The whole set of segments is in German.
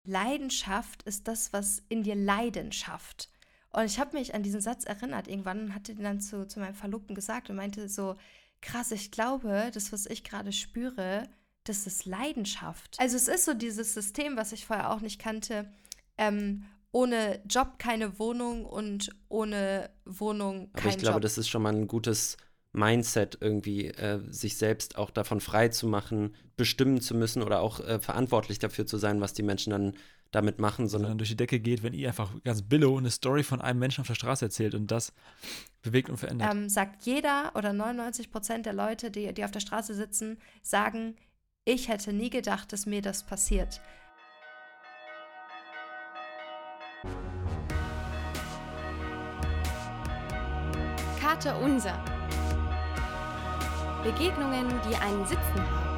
Leidenschaft ist das, was in dir Leiden schafft. Und ich habe mich an diesen Satz erinnert irgendwann und hatte den dann zu meinem Verlobten gesagt und meinte so, krass, ich glaube, das, was ich gerade spüre, das ist Leidenschaft. Also es ist so dieses System, was ich vorher auch nicht kannte, ohne Job keine Wohnung und ohne Wohnung Aber ich kein glaube, Job. das ist schon mal ein gutes Mindset, irgendwie sich selbst auch davon frei zu machen, bestimmen zu müssen oder auch verantwortlich dafür zu sein, was die Menschen dann damit machen, Sondern sondern durch die Decke geht, wenn ihr einfach ganz billow eine Story von einem Menschen auf der Straße erzählt und das bewegt und verändert. Sagt jeder oder 99% der Leute, die auf der Straße sitzen, sagen, ich hätte nie gedacht, dass mir das passiert. Kater Unser. Begegnungen, die einen Sitzen haben.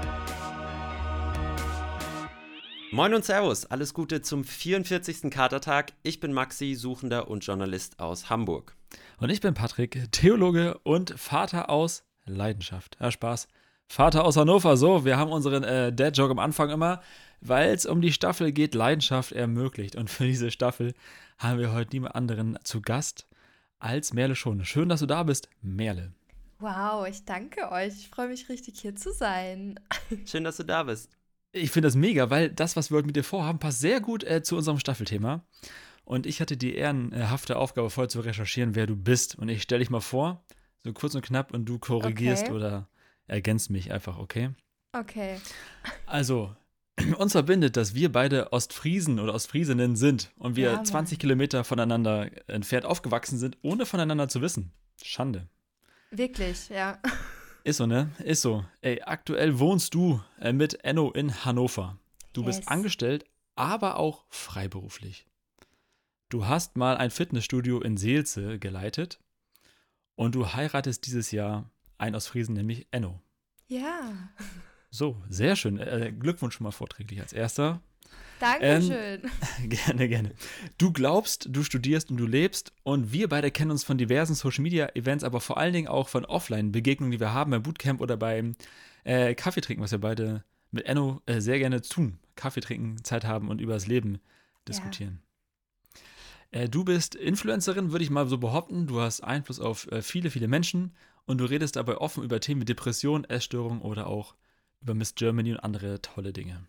Moin und Servus, alles Gute zum 44. Katertag. Ich bin Maxi, Suchender und Journalist aus Hamburg. Und ich bin Patrick, Theologe und Vater aus Leidenschaft. Ja, Spaß. Vater aus Hannover. So, wir haben unseren Dad-Joke am Anfang immer, weil es um die Staffel geht, Leidenschaft ermöglicht. Und für diese Staffel haben wir heute niemand anderen zu Gast als Merle Schone. Schön, dass du da bist, Merle. Wow, ich danke euch. Ich freue mich richtig, hier zu sein. Schön, dass du da bist. Ich finde das mega, weil das, was wir heute mit dir vorhaben, passt sehr gut zu unserem Staffelthema. Und ich hatte die ehrenhafte Aufgabe, vorher zu recherchieren, wer du bist. Und ich stelle dich mal vor, so kurz und knapp, und du korrigierst Okay. oder ergänzt mich einfach, okay? Okay. Also, uns verbindet, dass wir beide Ostfriesen oder Ostfriesinnen sind und wir Ja, Mann. 20 Kilometer voneinander entfernt aufgewachsen sind, ohne voneinander zu wissen. Schande. Wirklich, ja. Ist so, ne? Ist so. Ey, aktuell wohnst du mit Enno in Hannover. Du bist Yes. angestellt, aber auch freiberuflich. Du hast mal ein Fitnessstudio in Seelze geleitet und du heiratest dieses Jahr einen aus Friesen, nämlich Enno. Ja. So, sehr schön. Glückwunsch schon mal vorträglich als erster. Dankeschön. Gerne, gerne. Du glaubst, du studierst und du lebst und wir beide kennen uns von diversen Social-Media-Events, aber vor allen Dingen auch von Offline-Begegnungen, die wir haben beim Bootcamp oder beim Kaffee trinken, was wir beide mit Enno sehr gerne tun. Kaffee trinken, Zeit haben und über das Leben diskutieren. Du bist Influencerin, würde ich mal so behaupten. Du hast Einfluss auf viele, viele Menschen und du redest dabei offen über Themen wie Depression, Essstörung oder auch über Miss Germany und andere tolle Dinge.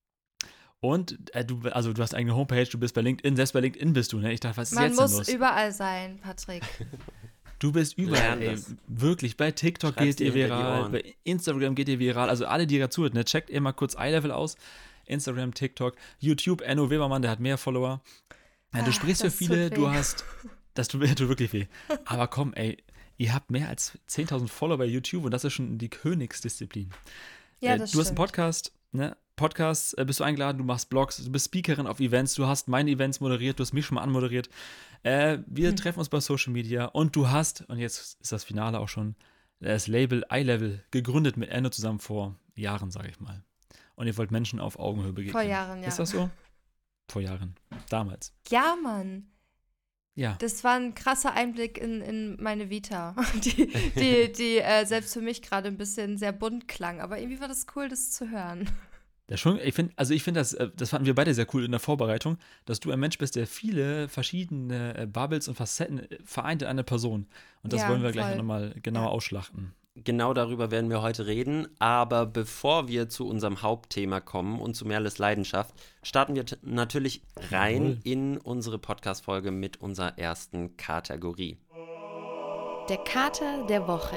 Und du hast eigene Homepage, du bist bei LinkedIn, selbst bei LinkedIn bist du, ne? Ich dachte, was ist Man jetzt denn muss los? überall sein, Patrick. Du bist überall, Lern ey. das. Wirklich, bei TikTok Schreib's geht ihr dir hinter die viral, Ohren. bei Instagram geht ihr viral, also alle, die gerade zuhört, ne? Checkt ihr mal kurz iLevel aus. Instagram, TikTok, YouTube, Enno Webermann, der hat mehr Follower. Ja, du sprichst für das tut viele, weh. du hast, das tut wirklich weh. Aber komm, ey, ihr habt mehr als 10.000 Follower bei YouTube und das ist schon die Königsdisziplin. Ja, das Du hast einen stimmt. Podcast, ne? Podcasts bist du eingeladen, du machst Blogs, du bist Speakerin auf Events, du hast meine Events moderiert, du hast mich schon mal anmoderiert. Wir treffen uns bei Social Media und du hast, und jetzt ist das Finale auch schon, das Label iLevel gegründet mit Enno zusammen vor Jahren, sage ich mal. Und ihr wollt Menschen auf Augenhöhe begegnen. Vor Jahren, ja. Ist das so? Vor Jahren. Damals. Ja, Mann. Ja. Das war ein krasser Einblick in meine Vita, die selbst für mich gerade ein bisschen sehr bunt klang. Aber irgendwie war das cool, das zu hören. Ich finde, das fanden wir beide sehr cool in der Vorbereitung, dass du ein Mensch bist, der viele verschiedene Bubbles und Facetten vereint in einer Person. Und das Ja, wollen wir gleich voll. nochmal genauer Ja. ausschlachten. Genau darüber werden wir heute reden, aber bevor wir zu unserem Hauptthema kommen und zu Merles Leidenschaft, starten wir natürlich rein Jawohl. in unsere Podcast-Folge mit unserer ersten Kategorie. Der Kater der Woche.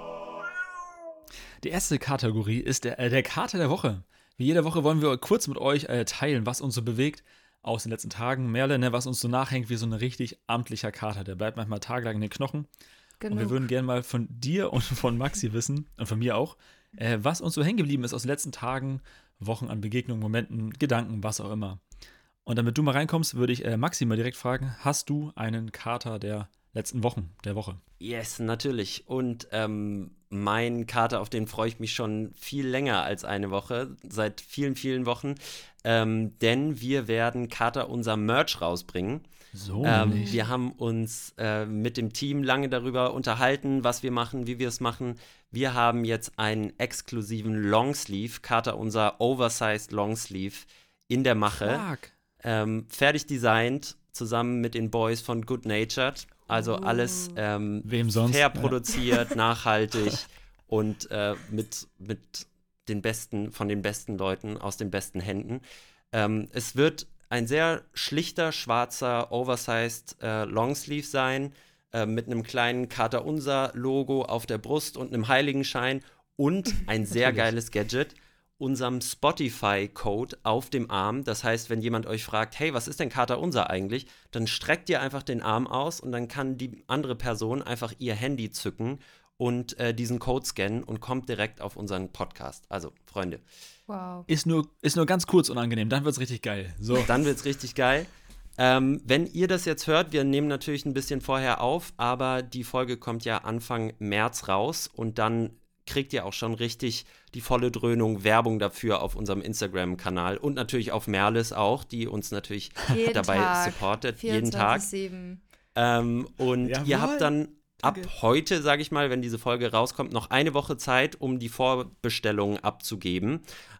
Die erste Kategorie ist der Kater der Woche. Wie jede Woche wollen wir kurz mit euch teilen, was uns so bewegt aus den letzten Tagen. Merle, ne, was uns so nachhängt wie so ein richtig amtlicher Kater. Der bleibt manchmal tagelang in den Knochen. Und wir Genug. würden gerne mal von dir und von Maxi wissen, und von mir auch, was uns so hängen geblieben ist aus den letzten Tagen, Wochen an Begegnungen, Momenten, Gedanken, was auch immer. Und damit du mal reinkommst, würde ich Maxi mal direkt fragen, hast du einen Kater der letzten Wochen, der Woche? Yes, natürlich. Und mein Kater, auf den freue ich mich schon viel länger als eine Woche, seit vielen, vielen Wochen. Denn wir werden Kater unser Merch rausbringen. So nämlich. Wir haben uns mit dem Team lange darüber unterhalten, was wir machen, wie wir es machen. Wir haben jetzt einen exklusiven Longsleeve, Kater unser Oversized Longsleeve in der Mache. Stark. fertig designt, zusammen mit den Boys von Good Natured. Also alles Wem sonst? fair produziert, nachhaltig und mit den von den besten Leuten aus den besten Händen. Es wird ein sehr schlichter, schwarzer, oversized Longsleeve sein, mit einem kleinen Kater Unser Logo auf der Brust und einem Heiligenschein und ein sehr geiles Gadget, unserem Spotify-Code auf dem Arm. Das heißt, wenn jemand euch fragt, hey, was ist denn Kater Unser eigentlich, dann streckt ihr einfach den Arm aus und dann kann die andere Person einfach ihr Handy zücken und diesen Code scannen und kommt direkt auf unseren Podcast. Also, Freunde. Wow. Ist nur ganz kurz unangenehm, dann wird's richtig geil. So. Dann wird's richtig geil. Wenn ihr das jetzt hört, wir nehmen natürlich ein bisschen vorher auf, aber die Folge kommt ja Anfang März raus und dann kriegt ihr auch schon richtig die volle Dröhnung Werbung dafür auf unserem Instagram-Kanal und natürlich auf Merles auch, die uns natürlich dabei supportet, jeden Tag. 24/7. Und Jawohl. ihr habt dann ab Danke. heute, sage ich mal, wenn diese Folge rauskommt, noch eine Woche Zeit, um die Vorbestellungen abzugeben.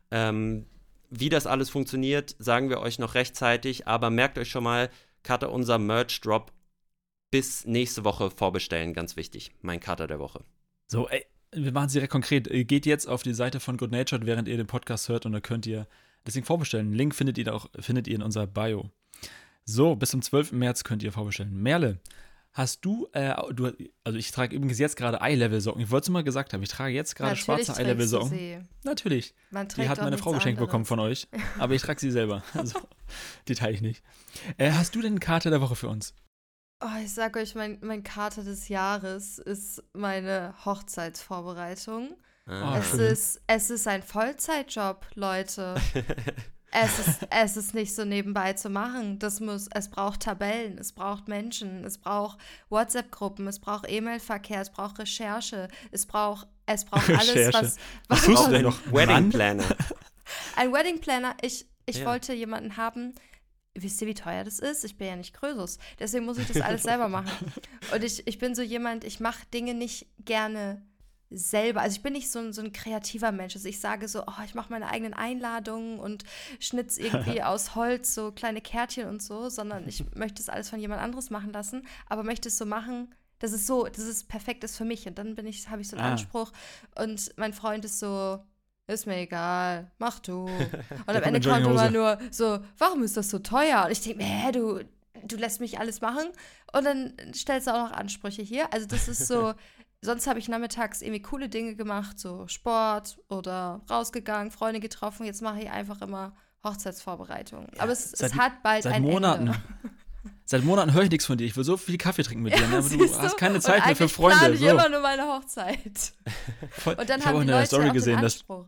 Wie das alles funktioniert, sagen wir euch noch rechtzeitig, aber merkt euch schon mal, Kater Unser Merch-Drop bis nächste Woche vorbestellen, ganz wichtig. Mein Kater der Woche. So, ey, wir machen es direkt konkret. Geht jetzt auf die Seite von Good Natured, während ihr den Podcast hört, und da könnt ihr das Ding vorbestellen. Den Link findet ihr in unserer Bio. So, bis zum 12. März könnt ihr vorbestellen. Merle, hast du, also ich trage übrigens jetzt gerade Eye-Level-Socken. Ich wollte es mal gesagt haben, ich trage jetzt gerade schwarze Eye-Level-Socken. Natürlich. Die hat meine Frau geschenkt bekommen von euch, aber ich trage sie selber. Also, die teile ich nicht. Hast du denn eine Karte der Woche für uns? Oh, ich sag euch, mein Kater des Jahres ist meine Hochzeitsvorbereitung. Es ist ein Vollzeitjob, Leute. Es ist nicht so nebenbei zu machen. Es braucht Tabellen, es braucht Menschen, es braucht WhatsApp-Gruppen, es braucht E-Mail-Verkehr, es braucht Recherche, es braucht alles, Was tust du denn noch? Wedding Planner. Ein Wedding Planner. Ich wollte jemanden haben. Wisst ihr, wie teuer das ist? Ich bin ja nicht Krösus. Deswegen muss ich das alles selber machen. Und ich bin so jemand, ich mache Dinge nicht gerne selber. Also ich bin nicht so ein kreativer Mensch. Also ich sage so, ich mache meine eigenen Einladungen und schnitze irgendwie aus Holz so kleine Kärtchen und so, sondern ich möchte das alles von jemand anderes machen lassen, aber möchte es so machen, dass es perfekt ist für mich. Und dann habe ich so einen Anspruch. Und mein Freund ist so, ist mir egal, mach du. Und am Ende kommt immer nur so, warum ist das so teuer? Und ich denke mir, du lässt mich alles machen. Und dann stellst du auch noch Ansprüche hier. Also das ist so, sonst habe ich nachmittags irgendwie coole Dinge gemacht, so Sport oder rausgegangen, Freunde getroffen. Jetzt mache ich einfach immer Hochzeitsvorbereitungen. Ja, aber es hat bald ein Ende. Seit Monaten höre ich nichts von dir. Ich will so viel Kaffee trinken mit dir, aber du hast keine Zeit mehr für Freunde. Ich plane immer nur meine Hochzeit. Und dann haben die Leute Story auch gesehen, den Anspruch.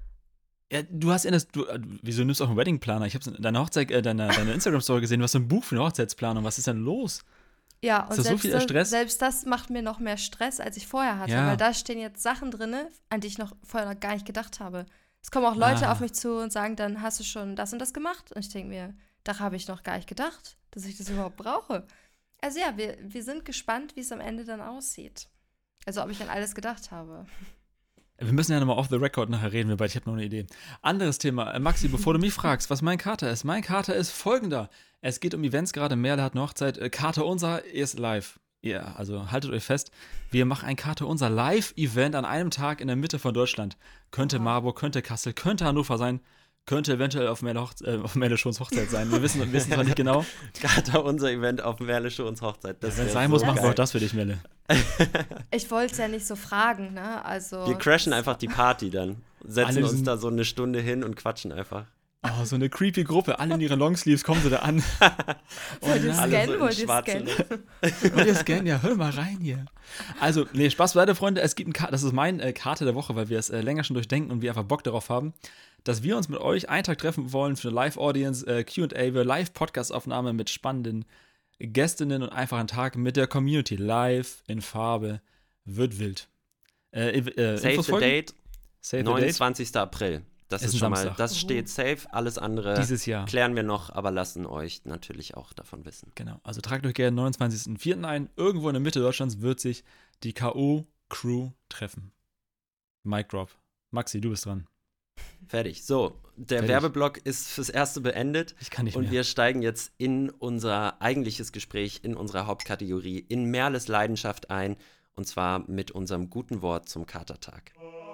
Du hast wieso nimmst du auch einen Wedding-Planer? Ich habe deine Instagram-Story gesehen, du hast so ein Buch für eine Hochzeitsplanung. Was ist denn los? Ja, und so viel Stress? Selbst das macht mir noch mehr Stress, als ich vorher hatte, weil da stehen jetzt Sachen drin, an die ich vorher noch gar nicht gedacht habe. Es kommen auch Leute auf mich zu und sagen dann, hast du schon das und das gemacht? Und ich denke mir, da habe ich noch gar nicht gedacht, dass ich das überhaupt brauche. Also ja, wir sind gespannt, wie es am Ende dann aussieht. Also ob ich an alles gedacht habe. Wir müssen ja nochmal off the record nachher reden, wir beide. Ich habe noch eine Idee. Anderes Thema. Maxi, bevor du mich fragst, was mein Kater ist. Mein Kater ist folgender. Es geht um Events gerade. Merle hat eine Hochzeit. Kater Unser ist live. Ja, also haltet euch fest. Wir machen ein Kater Unser Live-Event an einem Tag in der Mitte von Deutschland. Könnte Marburg, könnte Kassel, könnte Hannover sein. Könnte eventuell auf Merle Schons Hochzeit sein. Wir wissen zwar nicht genau. Gerade unser Event auf Merle Schons Hochzeit. Wenn es sein muss, machen wir auch das für dich, Merle. Ich wollte es ja nicht so fragen, ne? Also, wir crashen einfach die Party dann. Setzen uns da so eine Stunde hin und quatschen einfach. Oh, so eine creepy Gruppe. Alle in ihren Longsleeves kommen sie da an. Wollt ihr scannen? Wollt ihr scannen? Ja, hör mal rein hier. Also, nee, Spaß beiseite, Freunde. Es gibt das ist mein Karte der Woche, weil wir es länger schon durchdenken und wir einfach Bock darauf haben, dass wir uns mit euch einen Tag treffen wollen für eine Live-Audience, Q&A, Live-Podcast-Aufnahme mit spannenden Gästinnen und einfach einen Tag mit der Community. Live in Farbe. Wird wild. Save the date. 29. April. Das ist schon mal, das steht safe. Alles andere dieses Jahr klären wir noch, aber lassen euch natürlich auch davon wissen. Genau, also tragt euch gerne 29.04. ein. Irgendwo in der Mitte Deutschlands wird sich die K.O.-Crew treffen. Mic Drop. Maxi, du bist dran. Fertig. So, der Fertig. Werbeblock ist fürs Erste beendet. Ich kann nicht Und mehr. wir steigen jetzt in unser eigentliches Gespräch, in unserer Hauptkategorie, in Merles Leidenschaft ein. Und zwar mit unserem guten Wort zum Katertag.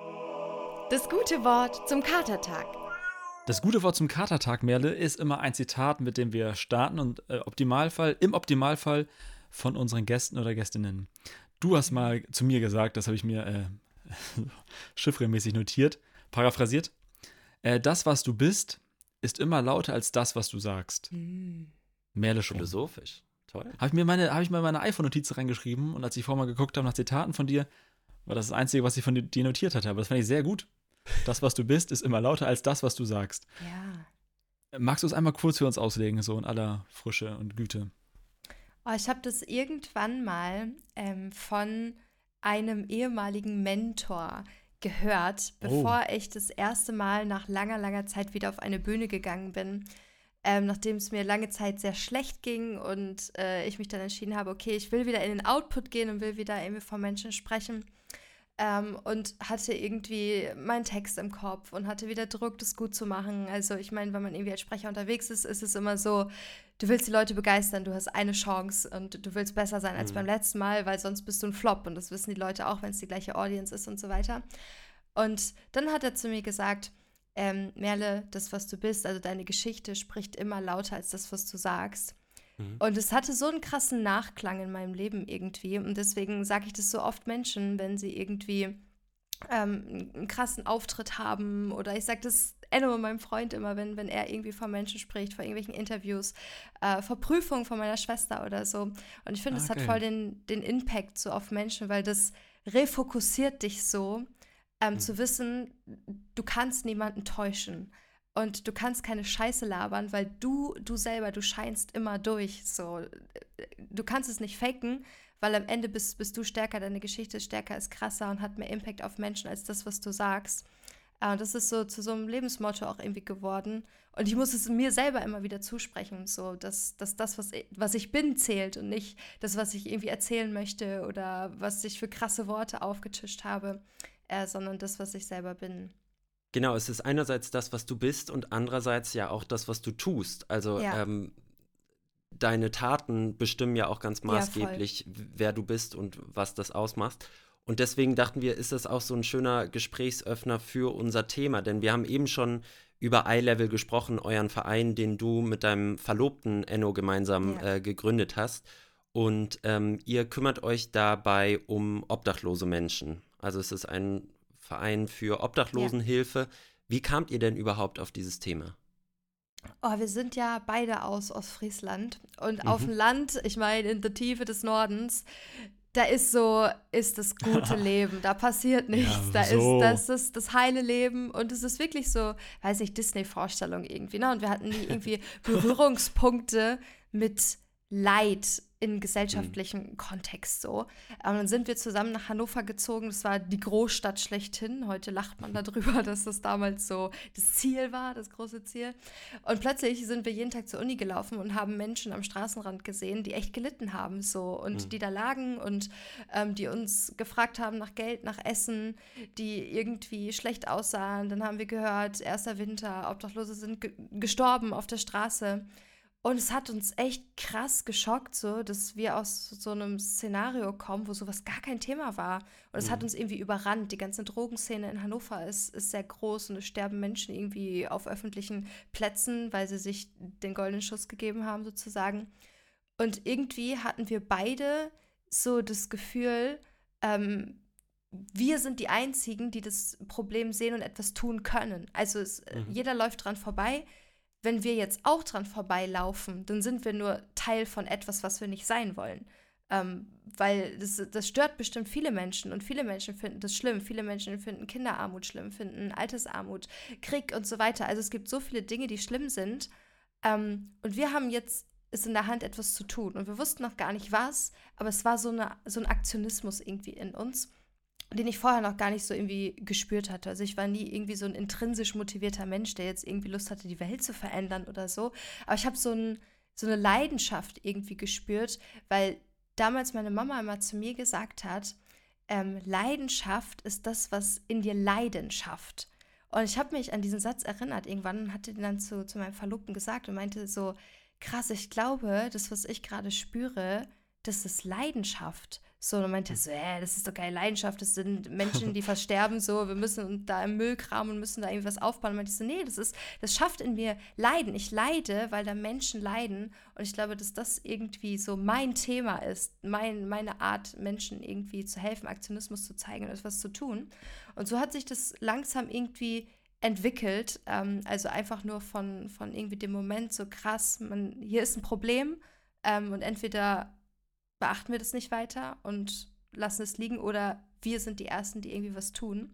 Das gute Wort zum Katertag. Das gute Wort zum Katertag, Merle, ist immer ein Zitat, mit dem wir starten und im Optimalfall von unseren Gästen oder Gästinnen. Du hast mal zu mir gesagt, das habe ich mir chiffremäßig notiert, paraphrasiert. Das, was du bist, ist immer lauter als das, was du sagst. Merle schon. Philosophisch. Toll. Habe ich mal meine iPhone-Notiz reingeschrieben und als ich vorher mal geguckt habe nach Zitaten von dir, war das Einzige, was ich von dir notiert hatte. Aber das fand ich sehr gut. Das, was du bist, ist immer lauter als das, was du sagst. Ja. Magst du es einmal kurz für uns auslegen, so in aller Frische und Güte? Oh, ich habe das irgendwann mal von einem ehemaligen Mentor gehört, bevor ich das erste Mal nach langer, langer Zeit wieder auf eine Bühne gegangen bin. Nachdem es mir lange Zeit sehr schlecht ging und ich mich dann entschieden habe, okay, ich will wieder in den Output gehen und will wieder irgendwie vor Menschen sprechen. Und hatte irgendwie meinen Text im Kopf und hatte wieder Druck, das gut zu machen. Also ich meine, wenn man irgendwie als Sprecher unterwegs ist, ist es immer so, du willst die Leute begeistern, du hast eine Chance und du willst besser sein als beim letzten Mal, weil sonst bist du ein Flop und das wissen die Leute auch, wenn es die gleiche Audience ist und so weiter. Und dann hat er zu mir gesagt, Merle, das, was du bist, also deine Geschichte spricht immer lauter als das, was du sagst. Und es hatte so einen krassen Nachklang in meinem Leben irgendwie. Und deswegen sage ich das so oft Menschen, wenn sie irgendwie einen krassen Auftritt haben. Oder ich sage das Enno, meinem Freund, immer, wenn er irgendwie vor Menschen spricht, vor irgendwelchen Interviews, vor Prüfungen von meiner Schwester oder so. Und ich finde, das hat geil. voll den Impact so auf Menschen, weil das refokussiert dich so, zu wissen, du kannst niemanden täuschen. Und du kannst keine Scheiße labern, weil du selber, du scheinst immer durch. So. Du kannst es nicht faken, weil am Ende bist du stärker, deine Geschichte ist stärker, ist krasser und hat mehr Impact auf Menschen als das, was du sagst. Das ist so zu so einem Lebensmotto auch irgendwie geworden. Und ich muss es mir selber immer wieder zusprechen, so, dass das, was ich bin, zählt und nicht das, was ich irgendwie erzählen möchte oder was ich für krasse Worte aufgetischt habe, sondern das, was ich selber bin. Genau, es ist einerseits das, was du bist und andererseits ja auch das, was du tust. Also Ja. Deine Taten bestimmen ja auch ganz Ja, voll. maßgeblich, wer du bist und was das ausmacht. Und deswegen dachten wir, ist das auch so ein schöner Gesprächsöffner für unser Thema. Denn wir haben eben schon über iLevel gesprochen, euren Verein, den du mit deinem Verlobten Enno gemeinsam gegründet hast. Und ihr kümmert euch dabei um obdachlose Menschen. Also es ist ein Verein für Obdachlosenhilfe. Wie kamt ihr denn überhaupt auf dieses Thema? Oh, wir sind ja beide aus Ostfriesland und auf dem Land, ich meine in der Tiefe des Nordens, da ist das gute Leben, da passiert nichts, das ist das heile Leben und es ist wirklich so, weiß ich, Disney-Vorstellung irgendwie, ne? Und wir hatten nie irgendwie Berührungspunkte mit Leid in gesellschaftlichem Kontext so. Und dann sind wir zusammen nach Hannover gezogen. Das war die Großstadt schlechthin. Heute lacht man darüber, dass das damals so das Ziel war, das große Ziel. Und plötzlich sind wir jeden Tag zur Uni gelaufen und haben Menschen am Straßenrand gesehen, die echt gelitten haben so und die da lagen und die uns gefragt haben nach Geld, nach Essen, die irgendwie schlecht aussahen. Dann haben wir gehört, erster Winter, Obdachlose sind gestorben auf der Straße. Und es hat uns echt krass geschockt, so, dass wir aus so einem Szenario kommen, wo sowas gar kein Thema war. Und es hat uns irgendwie überrannt. Die ganze Drogenszene in Hannover ist sehr groß und es sterben Menschen irgendwie auf öffentlichen Plätzen, weil sie sich den goldenen Schuss gegeben haben, sozusagen. Und irgendwie hatten wir beide so das Gefühl, wir sind die Einzigen, die das Problem sehen und etwas tun können. Also jeder läuft dran vorbei. Wenn wir jetzt auch dran vorbeilaufen, dann sind wir nur Teil von etwas, was wir nicht sein wollen. Weil das stört bestimmt viele Menschen und viele Menschen finden das schlimm. Viele Menschen finden Kinderarmut schlimm, finden Altersarmut, Krieg und so weiter. Also es gibt so viele Dinge, die schlimm sind. Und wir haben jetzt es in der Hand, etwas zu tun. Und wir wussten noch gar nicht was, aber es war so ein Aktionismus irgendwie in uns, den ich vorher noch gar nicht so irgendwie gespürt hatte. Also ich war nie irgendwie so ein intrinsisch motivierter Mensch, der jetzt irgendwie Lust hatte, die Welt zu verändern oder so. Aber ich habe so eine Leidenschaft irgendwie gespürt, weil damals meine Mama immer zu mir gesagt hat, Leidenschaft ist das, was in dir Leiden schafft. Und ich habe mich an diesen Satz erinnert irgendwann und hatte den dann zu meinem Verlobten gesagt und meinte so, krass, ich glaube, das, was ich gerade spüre, das ist Leidenschaft. So, und dann meinte er so, das ist doch keine Leidenschaft, das sind Menschen, die versterben so, wir müssen da im Müll kramen und müssen da irgendwie was aufbauen. Und meinte ich so, nee, das schafft in mir Leiden. Ich leide, weil da Menschen leiden. Und ich glaube, dass das irgendwie so mein Thema ist, meine Art, Menschen irgendwie zu helfen, Aktionismus zu zeigen und etwas zu tun. Und so hat sich das langsam irgendwie entwickelt, also einfach nur von irgendwie dem Moment so krass, hier ist ein Problem und entweder beachten wir das nicht weiter und lassen es liegen oder wir sind die Ersten, die irgendwie was tun.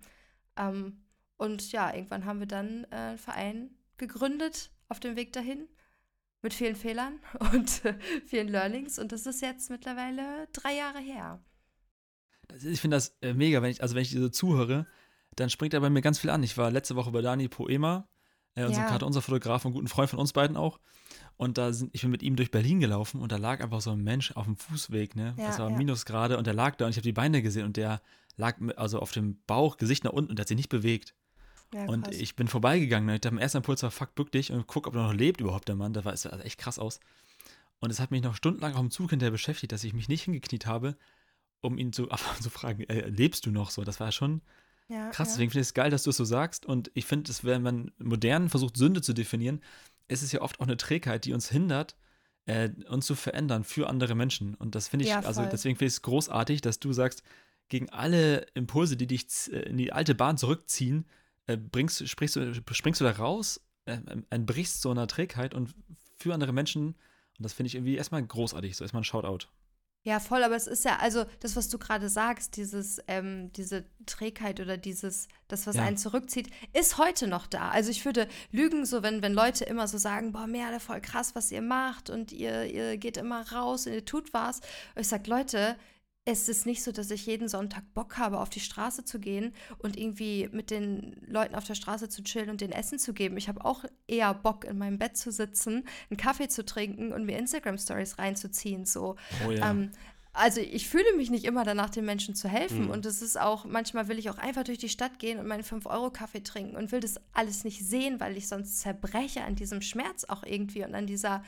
Und ja, irgendwann haben wir dann einen Verein gegründet auf dem Weg dahin mit vielen Fehlern und vielen Learnings und das ist jetzt mittlerweile 3 Jahre her. Ich finde das mega, wenn ich dir so zuhöre, dann springt da bei mir ganz viel an. Ich war letzte Woche bei Dani Poema, unser Fotograf und guten Freund von uns beiden auch. Und ich bin mit ihm durch Berlin gelaufen und da lag einfach so ein Mensch auf dem Fußweg, ne? Das war Minusgrade und der lag da und ich habe die Beine gesehen und der lag also auf dem Bauch, Gesicht nach unten und der hat sich nicht bewegt. Ja, und ich bin vorbeigegangen, ne? Ich dachte, mein erster Impuls war, fuck, bück dich und guck, ob er noch lebt überhaupt, der Mann. Es sah echt krass aus. Und es hat mich noch stundenlang auf dem Zug hinterher beschäftigt, dass ich mich nicht hingekniet habe, um ihn zu fragen, lebst du noch so? Das war schon krass. Deswegen finde ich es geil, dass du es so sagst. Und ich finde, wenn man modern versucht, Sünde zu definieren, ist es ja oft auch eine Trägheit, die uns hindert, uns zu verändern für andere Menschen. Und das finde ich, deswegen finde ich es großartig, dass du sagst, gegen alle Impulse, die dich in die alte Bahn zurückziehen, springst du da raus, entbrichst so einer Trägheit und für andere Menschen. Und das finde ich irgendwie erstmal großartig, so erstmal ein Shoutout. Ja, voll, aber es ist ja, also das, was du gerade sagst, diese Trägheit oder das, was einen zurückzieht, ist heute noch da. Also ich würde lügen, so wenn Leute immer so sagen, boah, Merle, voll krass, was ihr macht und ihr geht immer raus und ihr tut was. Und ich sage, Leute, es ist nicht so, dass ich jeden Sonntag Bock habe, auf die Straße zu gehen und irgendwie mit den Leuten auf der Straße zu chillen und denen Essen zu geben. Ich habe auch eher Bock, in meinem Bett zu sitzen, einen Kaffee zu trinken und mir Instagram-Stories reinzuziehen. So. Oh ja. Also ich fühle mich nicht immer danach, den Menschen zu helfen. Und es ist auch, manchmal will ich auch einfach durch die Stadt gehen und meinen 5-Euro-Kaffee trinken und will das alles nicht sehen, weil ich sonst zerbreche an diesem Schmerz auch irgendwie und an dieser,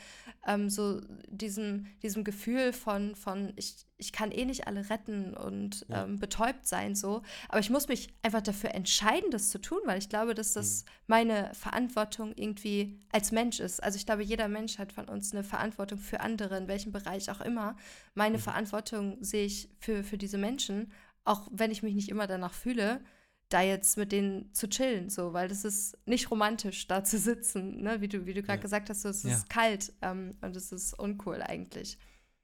diesem Gefühl von ich kann eh nicht alle retten und betäubt sein so. Aber ich muss mich einfach dafür entscheiden, das zu tun, weil ich glaube, dass das meine Verantwortung irgendwie als Mensch ist. Also ich glaube, jeder Mensch hat von uns eine Verantwortung für andere, in welchem Bereich auch immer. Meine Verantwortung sehe ich für diese Menschen, auch wenn ich mich nicht immer danach fühle, da jetzt mit denen zu chillen, so, weil das ist nicht romantisch, da zu sitzen, ne? Wie du gerade gesagt hast, so, es ist kalt und es ist uncool eigentlich.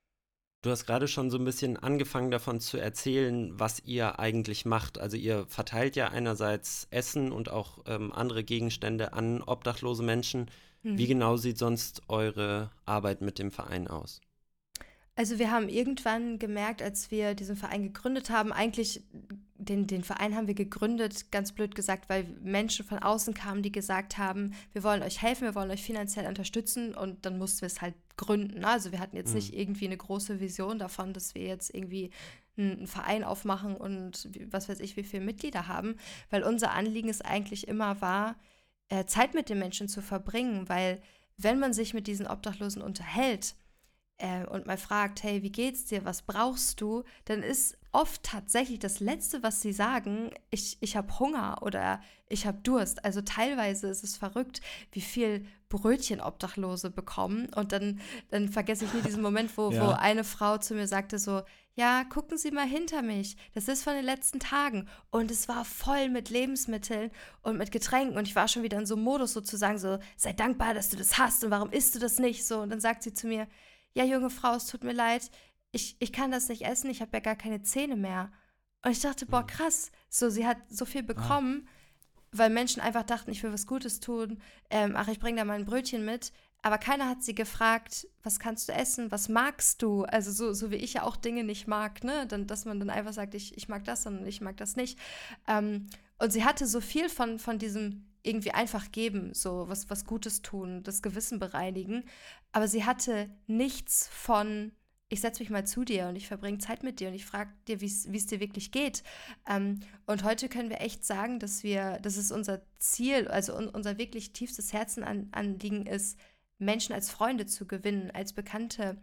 Du hast gerade schon so ein bisschen angefangen davon zu erzählen, was ihr eigentlich macht. Also ihr verteilt ja einerseits Essen und auch andere Gegenstände an obdachlose Menschen. Wie genau sieht sonst eure Arbeit mit dem Verein aus? Also wir haben irgendwann gemerkt, als wir diesen Verein gegründet haben, eigentlich den Verein haben wir gegründet, ganz blöd gesagt, weil Menschen von außen kamen, die gesagt haben, wir wollen euch helfen, wir wollen euch finanziell unterstützen und dann mussten wir es halt gründen. Also wir hatten jetzt nicht irgendwie eine große Vision davon, dass wir jetzt irgendwie einen Verein aufmachen und was weiß ich, wie viele Mitglieder haben, weil unser Anliegen es eigentlich immer war, Zeit mit den Menschen zu verbringen, weil wenn man sich mit diesen Obdachlosen unterhält, und mal fragt, hey, wie geht's dir, was brauchst du, dann ist oft tatsächlich das Letzte, was sie sagen, ich habe Hunger oder ich habe Durst. Also teilweise ist es verrückt, wie viel Brötchen Obdachlose bekommen. Und dann vergesse ich nie diesen Moment, wo eine Frau zu mir sagte so, ja, gucken Sie mal hinter mich, das ist von den letzten Tagen. Und es war voll mit Lebensmitteln und mit Getränken. Und ich war schon wieder in so einem Modus sozusagen so, sei dankbar, dass du das hast und warum isst du das nicht? So, und dann sagt sie zu mir, ja, junge Frau, es tut mir leid, ich kann das nicht essen, ich habe ja gar keine Zähne mehr. Und ich dachte, boah, krass, so, sie hat so viel bekommen, weil Menschen einfach dachten, ich will was Gutes tun, ich bringe da mal ein Brötchen mit, aber keiner hat sie gefragt, was kannst du essen, was magst du? Also so wie ich ja auch Dinge nicht mag, ne, dass man dann einfach sagt, ich mag das und ich mag das nicht. Und sie hatte so viel von diesem irgendwie einfach geben, so was Gutes tun, das Gewissen bereinigen. Aber sie hatte nichts von ich setze mich mal zu dir und ich verbringe Zeit mit dir und ich frage dir, wie es dir wirklich geht. Und heute können wir echt sagen, dass es unser Ziel, also unser wirklich tiefstes Herzenanliegen ist, Menschen als Freunde zu gewinnen, als Bekannte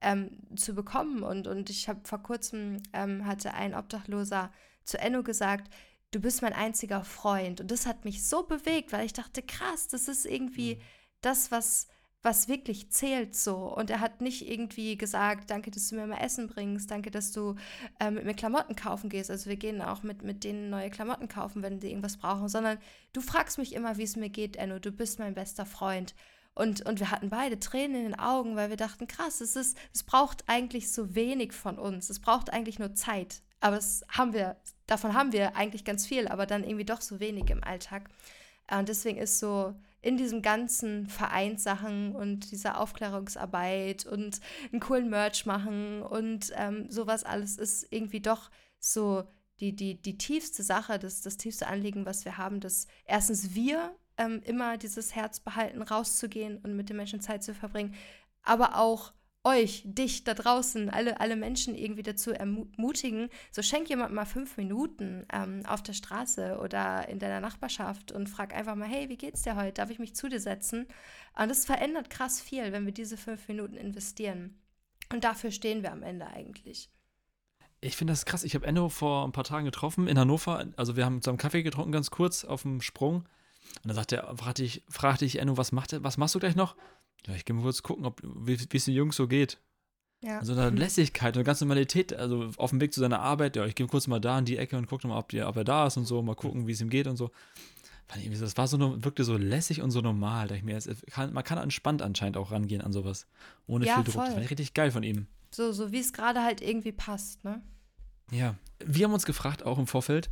zu bekommen. Und ich habe vor kurzem, hatte ein Obdachloser zu Enno gesagt, du bist mein einziger Freund. Und das hat mich so bewegt, weil ich dachte, krass, das ist irgendwie das, was wirklich zählt so. Und er hat nicht irgendwie gesagt, danke, dass du mir mal Essen bringst, danke, dass du mit mir Klamotten kaufen gehst. Also wir gehen auch mit denen neue Klamotten kaufen, wenn die irgendwas brauchen, sondern du fragst mich immer, wie es mir geht, Enno, du bist mein bester Freund. Und wir hatten beide Tränen in den Augen, weil wir dachten, krass, es braucht eigentlich so wenig von uns. Es braucht eigentlich nur Zeit. Aber davon haben wir eigentlich ganz viel, aber dann irgendwie doch so wenig im Alltag. Und deswegen ist so in diesem ganzen Vereinssachen und dieser Aufklärungsarbeit und einen coolen Merch machen und sowas alles ist irgendwie doch so die tiefste Sache, das tiefste Anliegen, was wir haben, dass erstens wir immer dieses Herz behalten, rauszugehen und mit den Menschen Zeit zu verbringen, aber auch dich da draußen, alle Menschen irgendwie dazu ermutigen, so schenk jemand mal 5 Minuten auf der Straße oder in deiner Nachbarschaft und frag einfach mal, hey, wie geht's dir heute? Darf ich mich zu dir setzen? Und das verändert krass viel, wenn wir diese 5 Minuten investieren. Und dafür stehen wir am Ende eigentlich. Ich finde das krass. Ich habe Enno vor ein paar Tagen getroffen in Hannover. Also wir haben zusammen Kaffee getrunken, ganz kurz auf dem Sprung. Und dann fragte ich Enno, was machst du gleich noch? Ja, ich gehe mal kurz gucken, wie es den Jungs so geht. Ja. Also eine Lässigkeit, eine ganze Normalität, also auf dem Weg zu seiner Arbeit, ja, ich gehe kurz mal da in die Ecke und gucke mal, ob er da ist und so, mal gucken, wie es ihm geht und so. Das war wirkte so lässig und so normal. Da ich mir, man kann entspannt anscheinend auch rangehen an sowas. Ohne Ja, viel Druck. voll. Das fand ich richtig geil von ihm. So wie es gerade halt irgendwie passt, ne? Ja. Wir haben uns gefragt, auch im Vorfeld,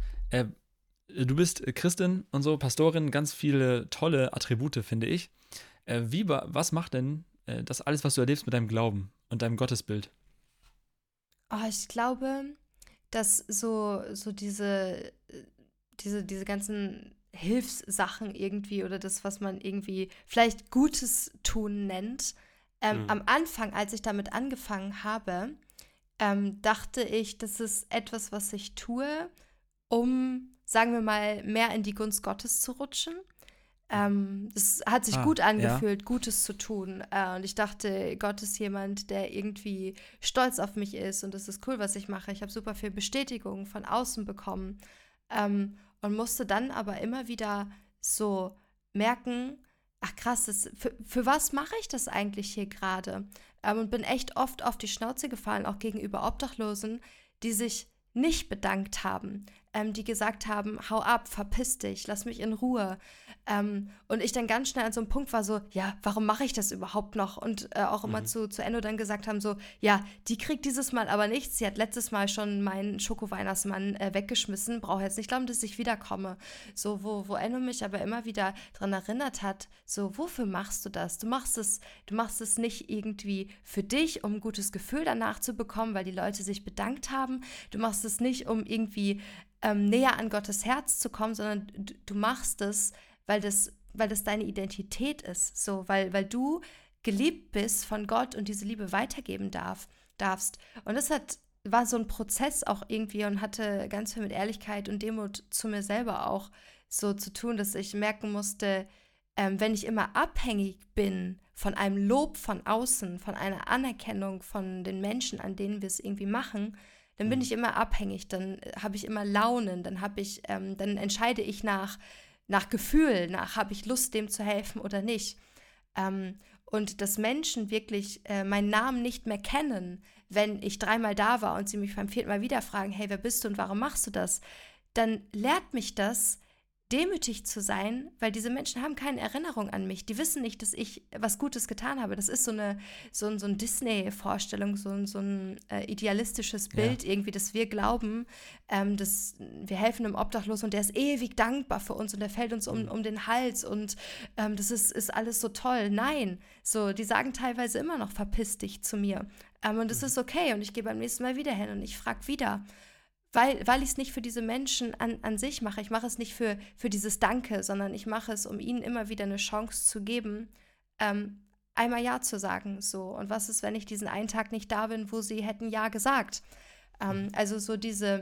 du bist Christin und so, Pastorin, ganz viele tolle Attribute, finde ich. Was macht denn das alles, was du erlebst mit deinem Glauben und deinem Gottesbild? Oh, ich glaube, dass so diese ganzen Hilfssachen irgendwie oder das, was man irgendwie vielleicht Gutes tun nennt, am Anfang, als ich damit angefangen habe, dachte ich, das ist etwas, was ich tue, um, sagen wir mal, mehr in die Gunst Gottes zu rutschen. Es hat sich gut angefühlt, Gutes zu tun. Und ich dachte, Gott ist jemand, der irgendwie stolz auf mich ist und das ist cool, was ich mache. Ich habe super viel Bestätigung von außen bekommen und musste dann aber immer wieder so merken, ach krass, für was mache ich das eigentlich hier gerade? Und bin echt oft auf die Schnauze gefallen, auch gegenüber Obdachlosen, die sich nicht bedankt haben, die gesagt haben, hau ab, verpiss dich, lass mich in Ruhe. Und ich dann ganz schnell an so einem Punkt war so, ja, warum mache ich das überhaupt noch? Und auch immer zu Enno dann gesagt haben so, ja, die kriegt dieses Mal aber nichts. Sie hat letztes Mal schon meinen Schoko-Weihnachtsmann weggeschmissen, brauche jetzt nicht glauben, dass ich wiederkomme. So, wo Enno mich aber immer wieder daran erinnert hat, so, wofür machst du das? Du machst es nicht irgendwie für dich, um ein gutes Gefühl danach zu bekommen, weil die Leute sich bedankt haben. Du machst es nicht, um irgendwie näher an Gottes Herz zu kommen, sondern du machst es, weil das deine Identität ist, so, weil du geliebt bist von Gott und diese Liebe weitergeben darfst. Und das war so ein Prozess auch irgendwie und hatte ganz viel mit Ehrlichkeit und Demut zu mir selber auch so zu tun, dass ich merken musste, wenn ich immer abhängig bin von einem Lob von außen, von einer Anerkennung von den Menschen, an denen wir es irgendwie machen, dann bin ich immer abhängig, dann habe ich immer Launen, dann entscheide ich nach Gefühl, habe ich Lust, dem zu helfen oder nicht. Und dass Menschen wirklich meinen Namen nicht mehr kennen, wenn ich 3-mal da war und sie mich beim 4. Mal wieder fragen, hey, wer bist du und warum machst du das? Dann lehrt mich das, demütig zu sein, weil diese Menschen haben keine Erinnerung an mich. Die wissen nicht, dass ich was Gutes getan habe. Das ist so eine Disney-Vorstellung, so ein idealistisches Bild irgendwie, dass wir glauben, dass wir helfen einem Obdachlosen und der ist ewig dankbar für uns und der fällt uns um den Hals und das ist alles so toll. Nein, so, die sagen teilweise immer noch, verpiss dich zu mir. Und das ist okay und ich gehe beim nächsten Mal wieder hin und ich frage wieder. Weil ich es nicht für diese Menschen an sich mache. Ich mache es nicht für dieses Danke, sondern ich mache es, um ihnen immer wieder eine Chance zu geben, einmal Ja zu sagen, so. Und was ist, wenn ich diesen einen Tag nicht da bin, wo sie hätten Ja gesagt? Also so diese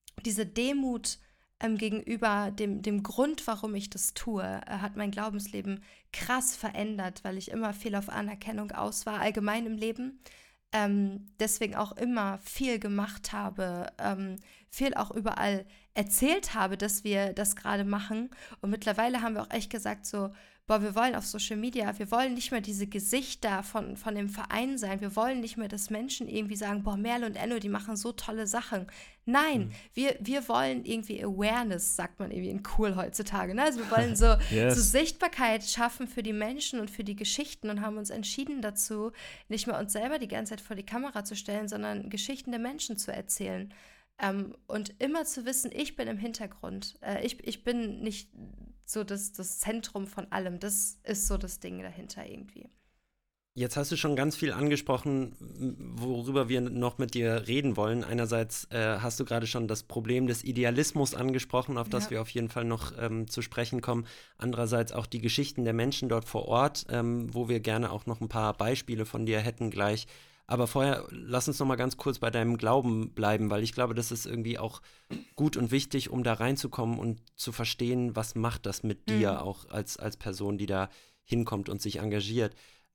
Demut gegenüber dem Grund, warum ich das tue, hat mein Glaubensleben krass verändert, weil ich immer viel auf Anerkennung aus war, allgemein im Leben. Deswegen auch immer viel gemacht habe, viel auch überall erzählt habe, dass wir das gerade machen. Und mittlerweile haben wir auch echt gesagt so, boah, wir wollen auf Social Media, wir wollen nicht mehr diese Gesichter von dem Verein sein, wir wollen nicht mehr, dass Menschen irgendwie sagen, boah, Merle und Enno, die machen so tolle Sachen. Nein, wir wollen irgendwie Awareness, sagt man irgendwie in cool heutzutage. Ne? Also wir wollen so Sichtbarkeit schaffen für die Menschen und für die Geschichten und haben uns entschieden dazu, nicht mehr uns selber die ganze Zeit vor die Kamera zu stellen, sondern Geschichten der Menschen zu erzählen. Und immer zu wissen, ich bin im Hintergrund. Ich bin nicht so das Zentrum von allem. Das ist so das Ding dahinter irgendwie. Jetzt hast du schon ganz viel angesprochen, worüber wir noch mit dir reden wollen. Einerseits hast du gerade schon das Problem des Idealismus angesprochen, auf das wir auf jeden Fall noch zu sprechen kommen. Andererseits auch die Geschichten der Menschen dort vor Ort, wo wir gerne auch noch ein paar Beispiele von dir hätten gleich. Aber vorher, lass uns noch mal ganz kurz bei deinem Glauben bleiben, weil ich glaube, das ist irgendwie auch gut und wichtig, um da reinzukommen und zu verstehen, was macht das mit dir auch als Person, die da hinkommt und sich engagiert.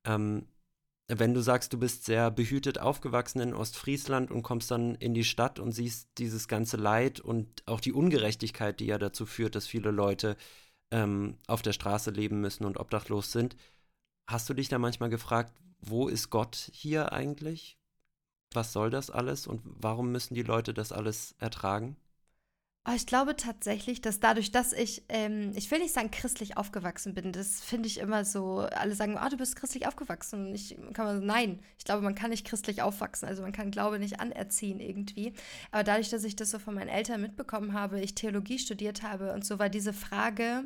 Wenn du sagst, du bist sehr behütet aufgewachsen in Ostfriesland und kommst dann in die Stadt und siehst dieses ganze Leid und auch die Ungerechtigkeit, die ja dazu führt, dass viele Leute auf der Straße leben müssen und obdachlos sind, hast du dich da manchmal gefragt, wo ist Gott hier eigentlich? Was soll das alles und warum müssen die Leute das alles ertragen? Aber ich glaube tatsächlich, dass dadurch, dass ich will nicht sagen christlich aufgewachsen bin, das finde ich immer so, alle sagen, du bist christlich aufgewachsen. Und nein, ich glaube, man kann nicht christlich aufwachsen, also man kann Glaube nicht anerziehen irgendwie. Aber dadurch, dass ich das so von meinen Eltern mitbekommen habe, ich Theologie studiert habe und so, war diese Frage,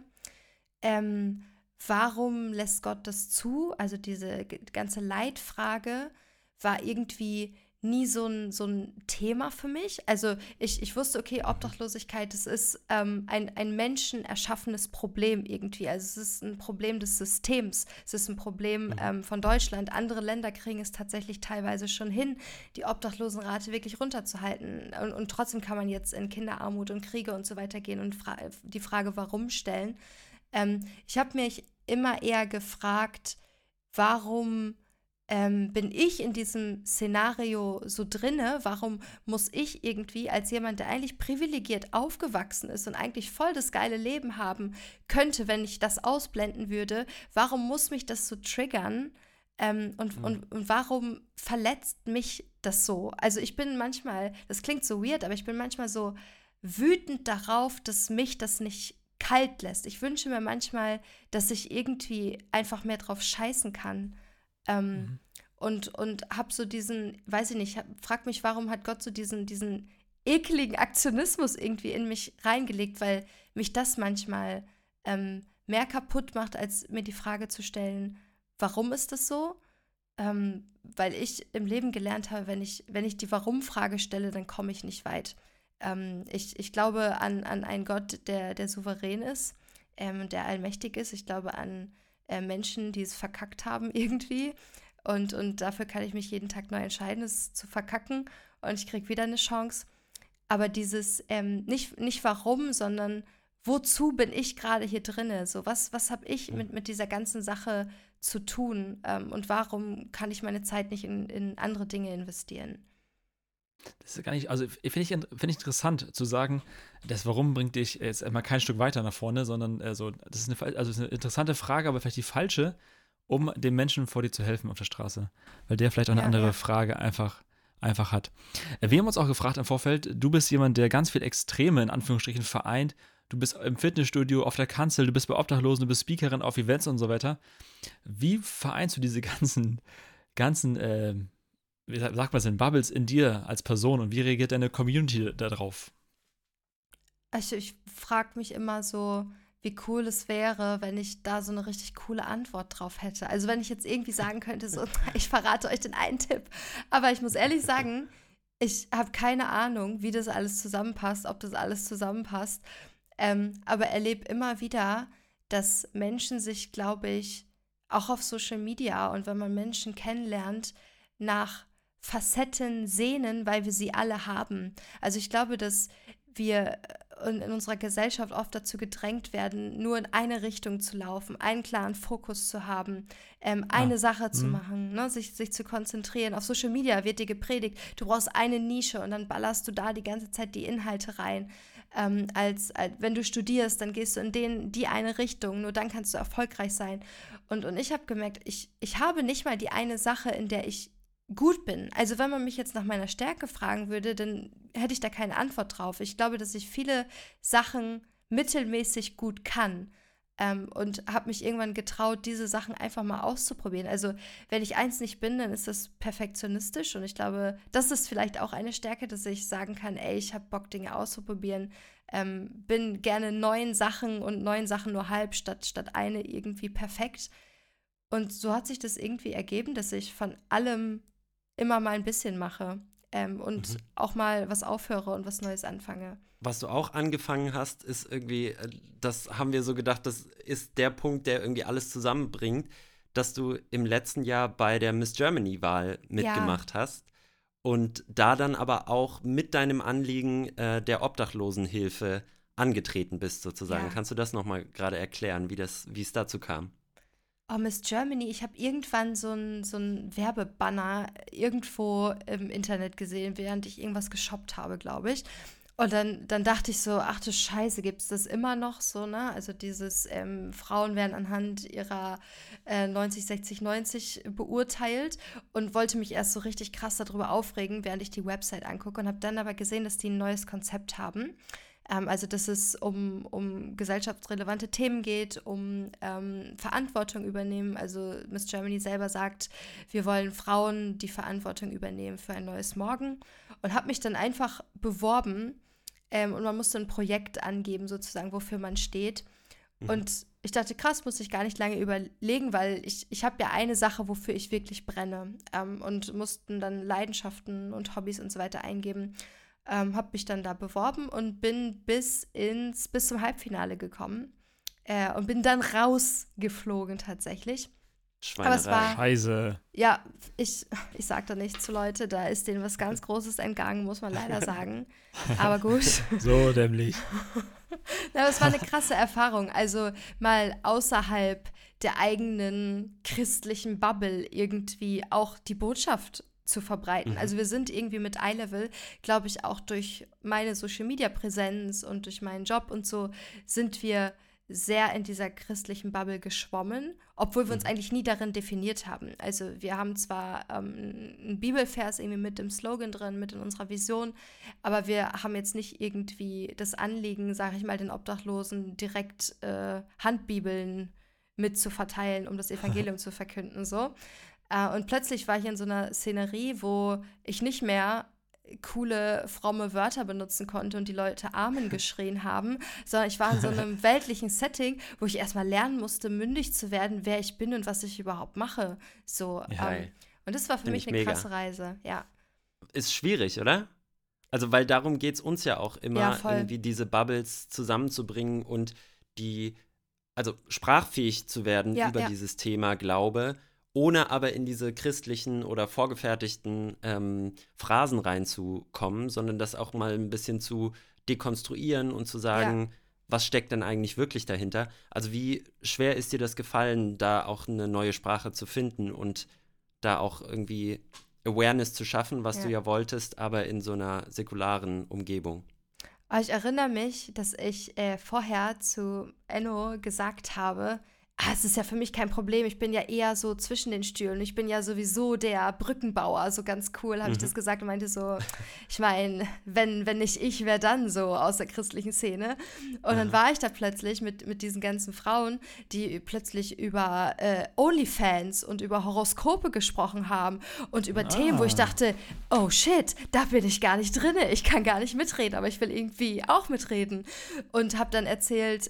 warum lässt Gott das zu? Also diese ganze Leitfrage war irgendwie nie so ein Thema für mich. Also ich wusste, okay, Obdachlosigkeit, das ist ein menschenerschaffenes Problem irgendwie. Also es ist ein Problem des Systems. Es ist ein Problem von Deutschland. Andere Länder kriegen es tatsächlich teilweise schon hin, die Obdachlosenrate wirklich runterzuhalten. Und trotzdem kann man jetzt in Kinderarmut und Kriege und so weiter gehen und die Frage, warum stellen. Ich habe mich immer eher gefragt, warum bin ich in diesem Szenario so drinne? Warum muss ich irgendwie als jemand, der eigentlich privilegiert aufgewachsen ist und eigentlich voll das geile Leben haben könnte, wenn ich das ausblenden würde, warum muss mich das so triggern? Und warum verletzt mich das so? Also ich bin manchmal, das klingt so weird, aber ich bin manchmal so wütend darauf, dass mich das nicht kalt lässt. Ich wünsche mir manchmal, dass ich irgendwie einfach mehr drauf scheißen kann. Und hab so diesen, weiß ich nicht, frag mich, warum hat Gott so diesen ekligen Aktionismus irgendwie in mich reingelegt, weil mich das manchmal mehr kaputt macht, als mir die Frage zu stellen, warum ist das so? Weil ich im Leben gelernt habe, wenn ich die Warum-Frage stelle, dann komme ich nicht weit. Ich glaube an einen Gott, der souverän ist, der allmächtig ist. Ich glaube an Menschen, die es verkackt haben irgendwie. Und dafür kann ich mich jeden Tag neu entscheiden, es zu verkacken. Und ich kriege wieder eine Chance. Aber dieses nicht warum, sondern wozu bin ich gerade hier drinne? So, was habe ich mit dieser ganzen Sache zu tun? Und warum kann ich meine Zeit nicht in andere Dinge investieren? Das ist gar nicht, also finde ich interessant zu sagen, das Warum bringt dich jetzt einmal kein Stück weiter nach vorne, sondern das ist eine interessante Frage, aber vielleicht die falsche, um dem Menschen vor dir zu helfen auf der Straße, weil der vielleicht auch eine andere Frage einfach hat. Wir haben uns auch gefragt im Vorfeld, du bist jemand, der ganz viel Extreme in Anführungsstrichen vereint, du bist im Fitnessstudio, auf der Kanzel, du bist bei Obdachlosen, du bist Speakerin auf Events und so weiter. Wie vereinst du diese ganzen wie sagt man es denn, Bubbles in dir als Person und wie reagiert deine Community darauf? Also ich frage mich immer so, wie cool es wäre, wenn ich da so eine richtig coole Antwort drauf hätte. Also wenn ich jetzt irgendwie sagen könnte, so, ich verrate euch den einen Tipp. Aber ich muss ehrlich sagen, ich habe keine Ahnung, wie das alles zusammenpasst, ob das alles zusammenpasst. Aber erlebe immer wieder, dass Menschen sich, glaube ich, auch auf Social Media und wenn man Menschen kennenlernt, nach Facetten sehnen, weil wir sie alle haben. Also ich glaube, dass wir in unserer Gesellschaft oft dazu gedrängt werden, nur in eine Richtung zu laufen, einen klaren Fokus zu haben, eine Sache zu machen, ne? sich zu konzentrieren. Auf Social Media wird dir gepredigt, du brauchst eine Nische und dann ballerst du da die ganze Zeit die Inhalte rein. Als wenn du studierst, dann gehst du in die eine Richtung, nur dann kannst du erfolgreich sein. Und ich habe gemerkt, ich habe nicht mal die eine Sache, in der ich gut bin. Also wenn man mich jetzt nach meiner Stärke fragen würde, dann hätte ich da keine Antwort drauf. Ich glaube, dass ich viele Sachen mittelmäßig gut kann und habe mich irgendwann getraut, diese Sachen einfach mal auszuprobieren. Also wenn ich eins nicht bin, dann ist das perfektionistisch und ich glaube, das ist vielleicht auch eine Stärke, dass ich sagen kann, ey, ich habe Bock, Dinge auszuprobieren, bin gerne neuen Sachen und neuen Sachen nur halb statt eine irgendwie perfekt. Und so hat sich das irgendwie ergeben, dass ich von allem immer mal ein bisschen mache und auch mal was aufhöre und was Neues anfange. Was du auch angefangen hast, ist irgendwie, das haben wir so gedacht, das ist der Punkt, der irgendwie alles zusammenbringt, dass du im letzten Jahr bei der Miss Germany-Wahl mitgemacht hast und da dann aber auch mit deinem Anliegen der Obdachlosenhilfe angetreten bist sozusagen. Ja. Kannst du das nochmal gerade erklären, wie es dazu kam? Oh, Miss Germany, ich habe irgendwann so ein Werbebanner irgendwo im Internet gesehen, während ich irgendwas geshoppt habe, glaube ich. Und dann dachte ich so, ach du Scheiße, gibt es das immer noch so, ne? Also dieses Frauen werden anhand ihrer 90, 60, 90 beurteilt und wollte mich erst so richtig krass darüber aufregen, während ich die Website angucke und habe dann aber gesehen, dass die ein neues Konzept haben. Also dass es um gesellschaftsrelevante Themen geht, um Verantwortung übernehmen. Also Miss Germany selber sagt, wir wollen Frauen die Verantwortung übernehmen für ein neues Morgen und habe mich dann einfach beworben und man musste ein Projekt angeben sozusagen, wofür man steht. Und ich dachte, krass, muss ich gar nicht lange überlegen, weil ich habe ja eine Sache, wofür ich wirklich brenne und mussten dann Leidenschaften und Hobbys und so weiter eingeben. Habe mich dann da beworben und bin bis zum Halbfinale gekommen und bin dann rausgeflogen tatsächlich. Schweinerei. Aber es war, Scheiße. ja, ich sag da nichts zu Leute, da ist denen was ganz Großes entgangen, muss man leider sagen. Aber gut. So dämlich. Ja, aber es war eine krasse Erfahrung. Also mal außerhalb der eigenen christlichen Bubble irgendwie auch die Botschaft zu verbreiten. Also wir sind irgendwie mit iLevel, glaube ich, auch durch meine Social-Media-Präsenz und durch meinen Job und so, sind wir sehr in dieser christlichen Bubble geschwommen, obwohl wir uns eigentlich nie darin definiert haben. Also wir haben zwar einen Bibelvers irgendwie mit im Slogan drin, mit in unserer Vision, aber wir haben jetzt nicht irgendwie das Anliegen, sage ich mal, den Obdachlosen direkt Handbibeln mit zu verteilen, um das Evangelium zu verkünden, so. Und plötzlich war ich in so einer Szenerie, wo ich nicht mehr coole, fromme Wörter benutzen konnte und die Leute Amen geschrien haben, sondern ich war in so einem weltlichen Setting, wo ich erstmal lernen musste, mündig zu werden, wer ich bin und was ich überhaupt mache. So, und das war für mich eine krasse Reise, ja. Ist schwierig, oder? Also, weil darum geht es uns ja auch immer, irgendwie diese Bubbles zusammenzubringen und also sprachfähig zu werden über dieses Thema Glaube, ohne aber in diese christlichen oder vorgefertigten Phrasen reinzukommen, sondern das auch mal ein bisschen zu dekonstruieren und zu sagen, was steckt denn eigentlich wirklich dahinter? Also wie schwer ist dir das gefallen, da auch eine neue Sprache zu finden und da auch irgendwie Awareness zu schaffen, was du ja wolltest, aber in so einer säkularen Umgebung? Aber ich erinnere mich, dass ich vorher zu Enno gesagt habe, es ist ja für mich kein Problem, ich bin ja eher so zwischen den Stühlen, ich bin ja sowieso der Brückenbauer, so ganz cool habe ich das gesagt und meinte so, ich meine, wenn nicht ich, wer dann so aus der christlichen Szene? Und dann war ich da plötzlich mit diesen ganzen Frauen, die plötzlich über OnlyFans und über Horoskope gesprochen haben und über Themen, wo ich dachte, oh shit, da bin ich gar nicht drin, ich kann gar nicht mitreden, aber ich will irgendwie auch mitreden. Und habe dann erzählt,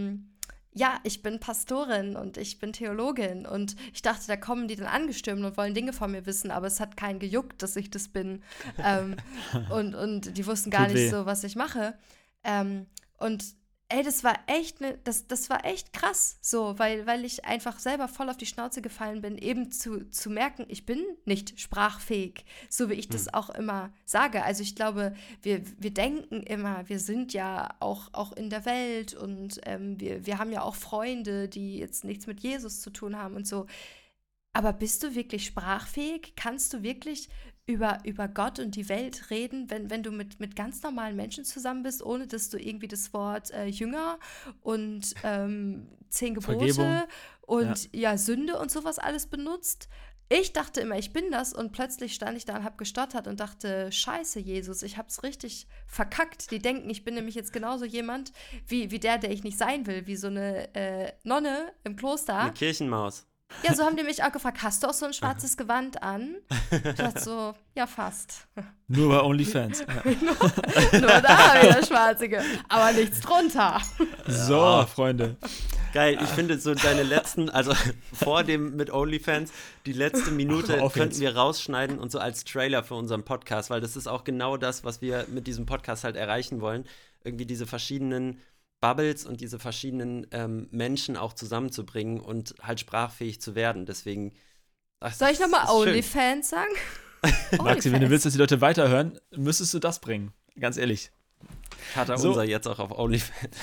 ja, ich bin Pastorin und ich bin Theologin und ich dachte, da kommen die dann angestürmt und wollen Dinge von mir wissen, aber es hat keinen gejuckt, dass ich das bin und die wussten gar nicht so, was ich mache und Ey, das war echt das war echt krass, so, weil ich einfach selber voll auf die Schnauze gefallen bin, eben zu merken, ich bin nicht sprachfähig, so wie ich das auch immer sage. Also ich glaube, wir denken immer, wir sind ja auch in der Welt und wir haben ja auch Freunde, die jetzt nichts mit Jesus zu tun haben und so. Aber bist du wirklich sprachfähig? Kannst du wirklich über Gott und die Welt reden, wenn du mit ganz normalen Menschen zusammen bist, ohne dass du irgendwie das Wort Jünger und 10 Vergebung. Gebote und ja, Sünde und sowas alles benutzt? Ich dachte immer, ich bin das und plötzlich stand ich da und habe gestottert und dachte, scheiße, Jesus, ich hab's richtig verkackt. Die denken, ich bin nämlich jetzt genauso jemand wie der ich nicht sein will, wie so eine Nonne im Kloster. Eine Kirchenmaus. Ja, so haben die mich auch gefragt, hast du auch so ein schwarzes Gewand an? Ich dachte so, ja, fast. Nur bei OnlyFans. Ja. Nur da habe ich das Schwarzige, aber nichts drunter. So, Freunde. Geil, ich finde so deine letzten, also vor dem mit OnlyFans, die letzte Minute Auf könnten jetzt. wir rausschneiden und so als Trailer für unseren Podcast, weil das ist auch genau das, was wir mit diesem Podcast halt erreichen wollen. Irgendwie diese verschiedenen Bubbles und diese verschiedenen Menschen auch zusammenzubringen und halt sprachfähig zu werden. Deswegen. Soll ich nochmal ist schön. OnlyFans sagen? Maxi, wenn du willst, dass die Leute weiterhören, müsstest du das bringen. Ganz ehrlich. Kater So. unser jetzt auch auf OnlyFans.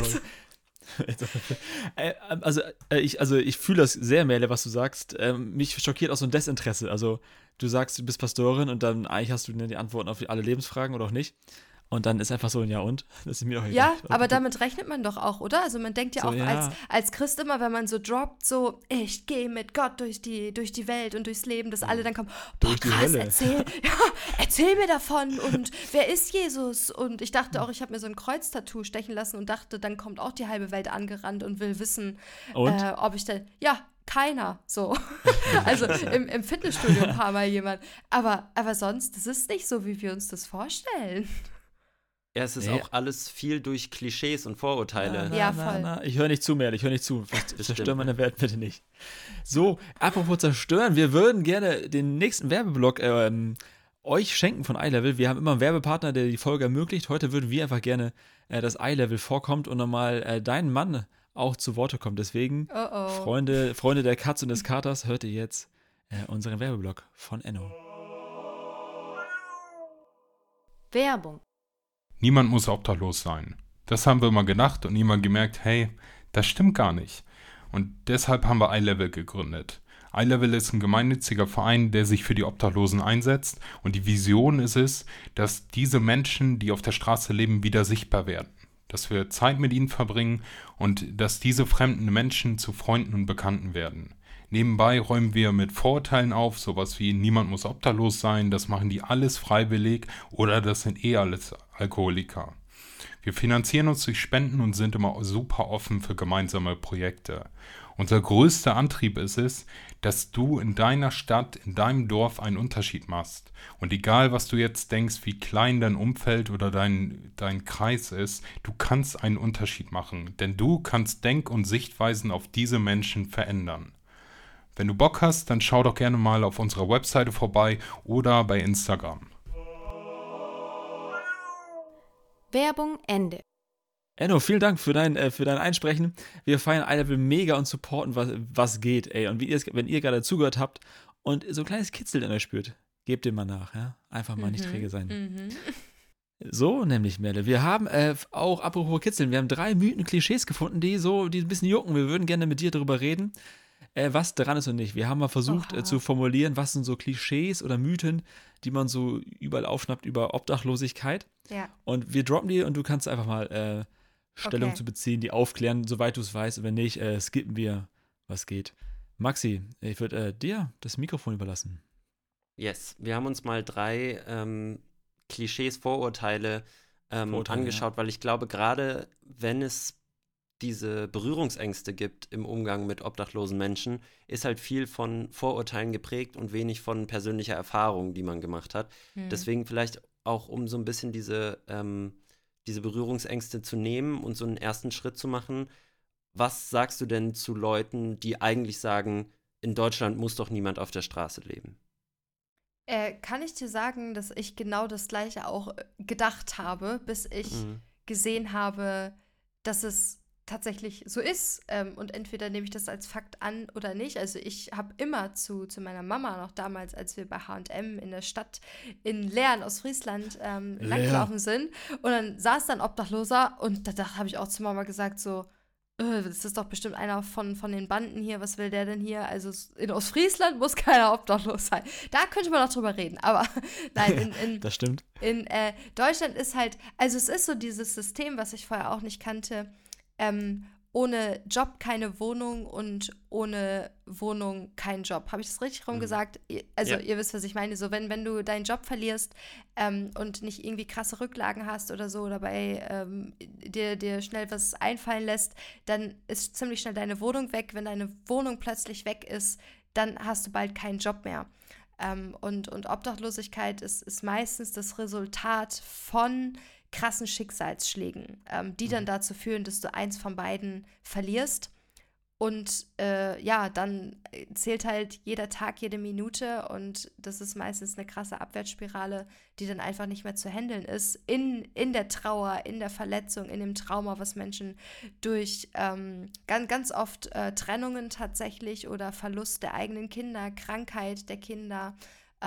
Ich fühle das sehr, Mele, was du sagst. Mich schockiert auch so ein Desinteresse. Also, du sagst, du bist Pastorin und dann eigentlich hast du die Antworten auf alle Lebensfragen oder auch nicht. Und dann ist einfach so ein Ja und. Das ist mir auch egal. Ja, aber damit rechnet man doch auch, oder? Also man denkt ja So, auch ja. als Christ immer, wenn man so droppt, so, ich gehe mit Gott durch die Welt und durchs Leben, dass alle dann kommen, boah, Durch die krass, Hölle. erzähl mir davon und wer ist Jesus? Und ich dachte auch, ich habe mir so ein Kreuztattoo stechen lassen und dachte, dann kommt auch die halbe Welt angerannt und will wissen, Und? ob ich dann, ja, keiner, so. Also im Fitnessstudio ein paar Mal jemand. Aber sonst, das ist nicht so, wie wir uns das vorstellen. Ja, es ist Nee. auch alles viel durch Klischees und Vorurteile. Ja, voll. Ich höre nicht zu, Merle, ich höre nicht zu. Bestimmt. Zerstör meine Welt bitte nicht. So, apropos zerstören, wir würden gerne den nächsten Werbeblock euch schenken von iLevel. Wir haben immer einen Werbepartner, der die Folge ermöglicht. Heute würden wir einfach gerne, dass iLevel vorkommt und nochmal dein Mann auch zu Worte kommt. Deswegen, Oh. Freunde der Katze und des Katers, hört ihr jetzt unseren Werbeblock von Enno. Werbung. Niemand muss obdachlos sein. Das haben wir immer gedacht und immer gemerkt, hey, das stimmt gar nicht. Und deshalb haben wir iLevel gegründet. iLevel ist ein gemeinnütziger Verein, der sich für die Obdachlosen einsetzt. Und die Vision ist es, dass diese Menschen, die auf der Straße leben, wieder sichtbar werden. Dass wir Zeit mit ihnen verbringen und dass diese fremden Menschen zu Freunden und Bekannten werden. Nebenbei räumen wir mit Vorurteilen auf, sowas wie niemand muss obdachlos sein, das machen die alles freiwillig oder das sind alles Alkoholiker. Wir finanzieren uns durch Spenden und sind immer super offen für gemeinsame Projekte. Unser größter Antrieb ist es, dass du in deiner Stadt, in deinem Dorf einen Unterschied machst. Und egal, was du jetzt denkst, wie klein dein Umfeld oder dein Kreis ist, du kannst einen Unterschied machen. Denn du kannst Denk- und Sichtweisen auf diese Menschen verändern. Wenn du Bock hast, dann schau doch gerne mal auf unserer Webseite vorbei oder bei Instagram. Werbung Ende. Enno, vielen Dank für dein Einsprechen. Wir feiern iLevel mega und supporten, was geht, ey. Und wenn ihr gerade zugehört habt und so ein kleines Kitzeln in euch spürt, gebt dem mal nach, ja. Einfach mal nicht träge sein. So, nämlich, Merle. Wir haben auch, apropos Kitzeln, wir haben 3 Mythen, Klischees gefunden, die ein bisschen jucken. Wir würden gerne mit dir darüber reden, was dran ist und nicht. Wir haben mal versucht zu formulieren, was sind so Klischees oder Mythen, die man so überall aufschnappt über Obdachlosigkeit. Ja. Und wir droppen die und du kannst einfach mal Stellung Okay. zu beziehen, die aufklären, soweit du es weißt. Und wenn nicht, skippen wir, was geht. Maxi, ich würde dir das Mikrofon überlassen. Yes, wir haben uns mal 3 Klischees, Vorurteile angeschaut, weil ich glaube, gerade wenn es diese Berührungsängste gibt im Umgang mit obdachlosen Menschen, ist halt viel von Vorurteilen geprägt und wenig von persönlicher Erfahrung, die man gemacht hat. Deswegen vielleicht auch, um so ein bisschen diese Berührungsängste zu nehmen und so einen ersten Schritt zu machen. Was sagst du denn zu Leuten, die eigentlich sagen, in Deutschland muss doch niemand auf der Straße leben? Kann ich dir sagen, dass ich genau das Gleiche auch gedacht habe, bis ich gesehen habe, dass es tatsächlich so ist. Und entweder nehme ich das als Fakt an oder nicht. Also ich habe immer zu meiner Mama noch damals, als wir bei H&M in der Stadt in Lehren aus Friesland langgelaufen sind. Und dann saß da ein Obdachloser und da habe ich auch zu Mama gesagt so, das ist doch bestimmt einer von den Banden hier, was will der denn hier? Also in Ostfriesland muss keiner obdachlos sein. Da könnte man noch drüber reden, aber nein, das stimmt. In Deutschland ist halt, also es ist so dieses System, was ich vorher auch nicht kannte, ohne Job keine Wohnung und ohne Wohnung kein Job. Habe ich das richtig rumgesagt? Also ihr wisst, was ich meine. So, wenn du deinen Job verlierst und nicht irgendwie krasse Rücklagen hast oder so, oder dir schnell was einfallen lässt, dann ist ziemlich schnell deine Wohnung weg. Wenn deine Wohnung plötzlich weg ist, dann hast du bald keinen Job mehr. Und Obdachlosigkeit ist meistens das Resultat von krassen Schicksalsschlägen, die dann dazu führen, dass du eins von beiden verlierst. Und dann zählt halt jeder Tag, jede Minute, und das ist meistens eine krasse Abwärtsspirale, die dann einfach nicht mehr zu handeln ist. In der Trauer, in der Verletzung, in dem Trauma, was Menschen durch ganz oft Trennungen tatsächlich oder Verlust der eigenen Kinder, Krankheit der Kinder,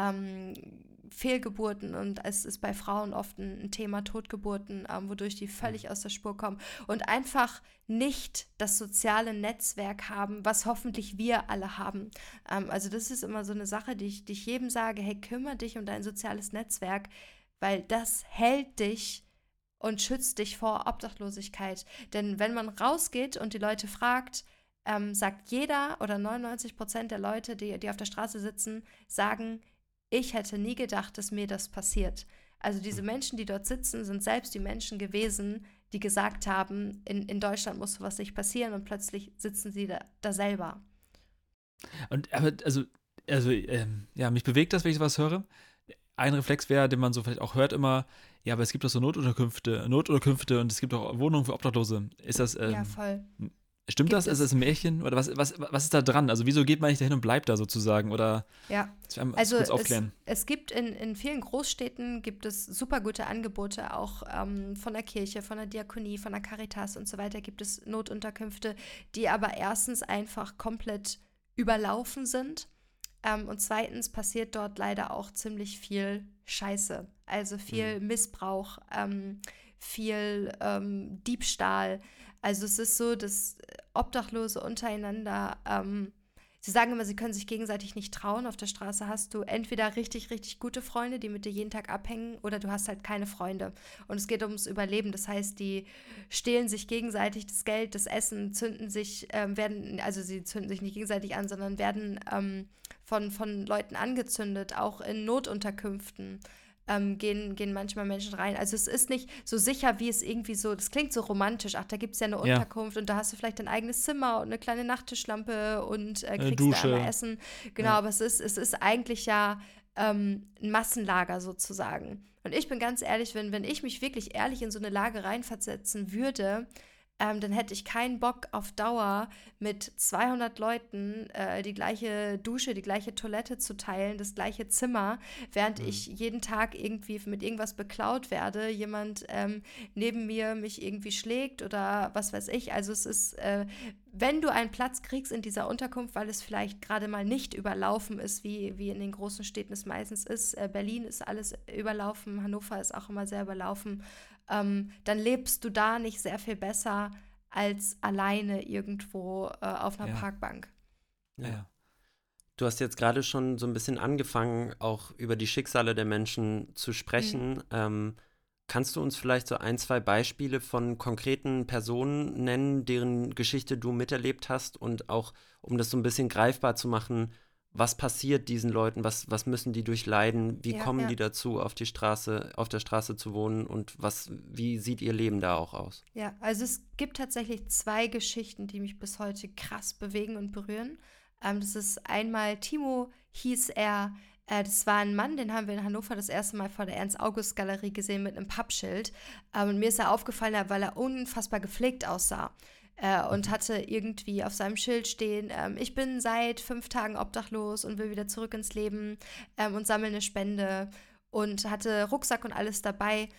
Fehlgeburten, und es ist bei Frauen oft ein Thema Totgeburten, wodurch die völlig aus der Spur kommen und einfach nicht das soziale Netzwerk haben, was hoffentlich wir alle haben. Also das ist immer so eine Sache, die ich jedem sage, hey, kümmere dich um dein soziales Netzwerk, weil das hält dich und schützt dich vor Obdachlosigkeit. Denn wenn man rausgeht und die Leute fragt, sagt jeder oder 99% der Leute, die auf der Straße sitzen, sagen, ich hätte nie gedacht, dass mir das passiert. Also diese Menschen, die dort sitzen, sind selbst die Menschen gewesen, die gesagt haben, in Deutschland muss sowas nicht passieren, und plötzlich sitzen sie da selber. Und mich bewegt das, wenn ich sowas höre. Ein Reflex wäre, den man so vielleicht auch hört immer, ja, aber es gibt doch so Notunterkünfte und es gibt auch Wohnungen für Obdachlose. Ist das ja, voll. Stimmt das? Ist das ein Märchen? Oder was ist da dran? Also wieso geht man nicht dahin und bleibt da sozusagen? Oder ja, also kurz aufklären. Es gibt in vielen Großstädten gibt es super gute Angebote, auch von der Kirche, von der Diakonie, von der Caritas und so weiter gibt es Notunterkünfte, die aber erstens einfach komplett überlaufen sind. Und zweitens passiert dort leider auch ziemlich viel Scheiße. Also viel Missbrauch, viel Diebstahl. Also es ist so, dass Obdachlose untereinander, sie sagen immer, sie können sich gegenseitig nicht trauen. Auf der Straße hast du entweder richtig, richtig gute Freunde, die mit dir jeden Tag abhängen, oder du hast halt keine Freunde. Und es geht ums Überleben. Das heißt, die stehlen sich gegenseitig das Geld, das Essen, sie zünden sich nicht gegenseitig an, sondern werden von Leuten angezündet, auch in Notunterkünften. Gehen manchmal Menschen rein. Also es ist nicht so sicher, wie es irgendwie so, das klingt so romantisch, ach, da gibt es ja eine Unterkunft und da hast du vielleicht dein eigenes Zimmer und eine kleine Nachttischlampe und kriegst Dusche. da einmal Essen. Genau, aber es ist eigentlich ja ein Massenlager sozusagen. Und ich bin ganz ehrlich, wenn ich mich wirklich ehrlich in so eine Lage reinversetzen würde, dann hätte ich keinen Bock auf Dauer mit 200 Leuten die gleiche Dusche, die gleiche Toilette zu teilen, das gleiche Zimmer, während ich jeden Tag irgendwie mit irgendwas beklaut werde, jemand neben mir mich irgendwie schlägt oder was weiß ich. Also es ist, wenn du einen Platz kriegst in dieser Unterkunft, weil es vielleicht gerade mal nicht überlaufen ist, wie in den großen Städten es meistens ist, Berlin ist alles überlaufen, Hannover ist auch immer sehr überlaufen, dann lebst du da nicht sehr viel besser als alleine irgendwo auf einer Parkbank. Ja. Du hast jetzt gerade schon so ein bisschen angefangen, auch über die Schicksale der Menschen zu sprechen. Kannst du uns vielleicht so 1, 2 Beispiele von konkreten Personen nennen, deren Geschichte du miterlebt hast, und auch, um das so ein bisschen greifbar zu machen, was passiert diesen Leuten, was müssen die durchleiden, wie kommen die dazu, auf der Straße zu wohnen, und wie sieht ihr Leben da auch aus? Ja, also es gibt tatsächlich 2 Geschichten, die mich bis heute krass bewegen und berühren. Das ist einmal Timo, hieß er. Das war ein Mann, den haben wir in Hannover das erste Mal vor der Ernst-August-Galerie gesehen mit einem Pappschild. Und mir ist er aufgefallen, weil er unfassbar gepflegt aussah. Und hatte irgendwie auf seinem Schild stehen, ich bin seit 5 Tagen obdachlos und will wieder zurück ins Leben und sammle eine Spende, und hatte Rucksack und alles dabei.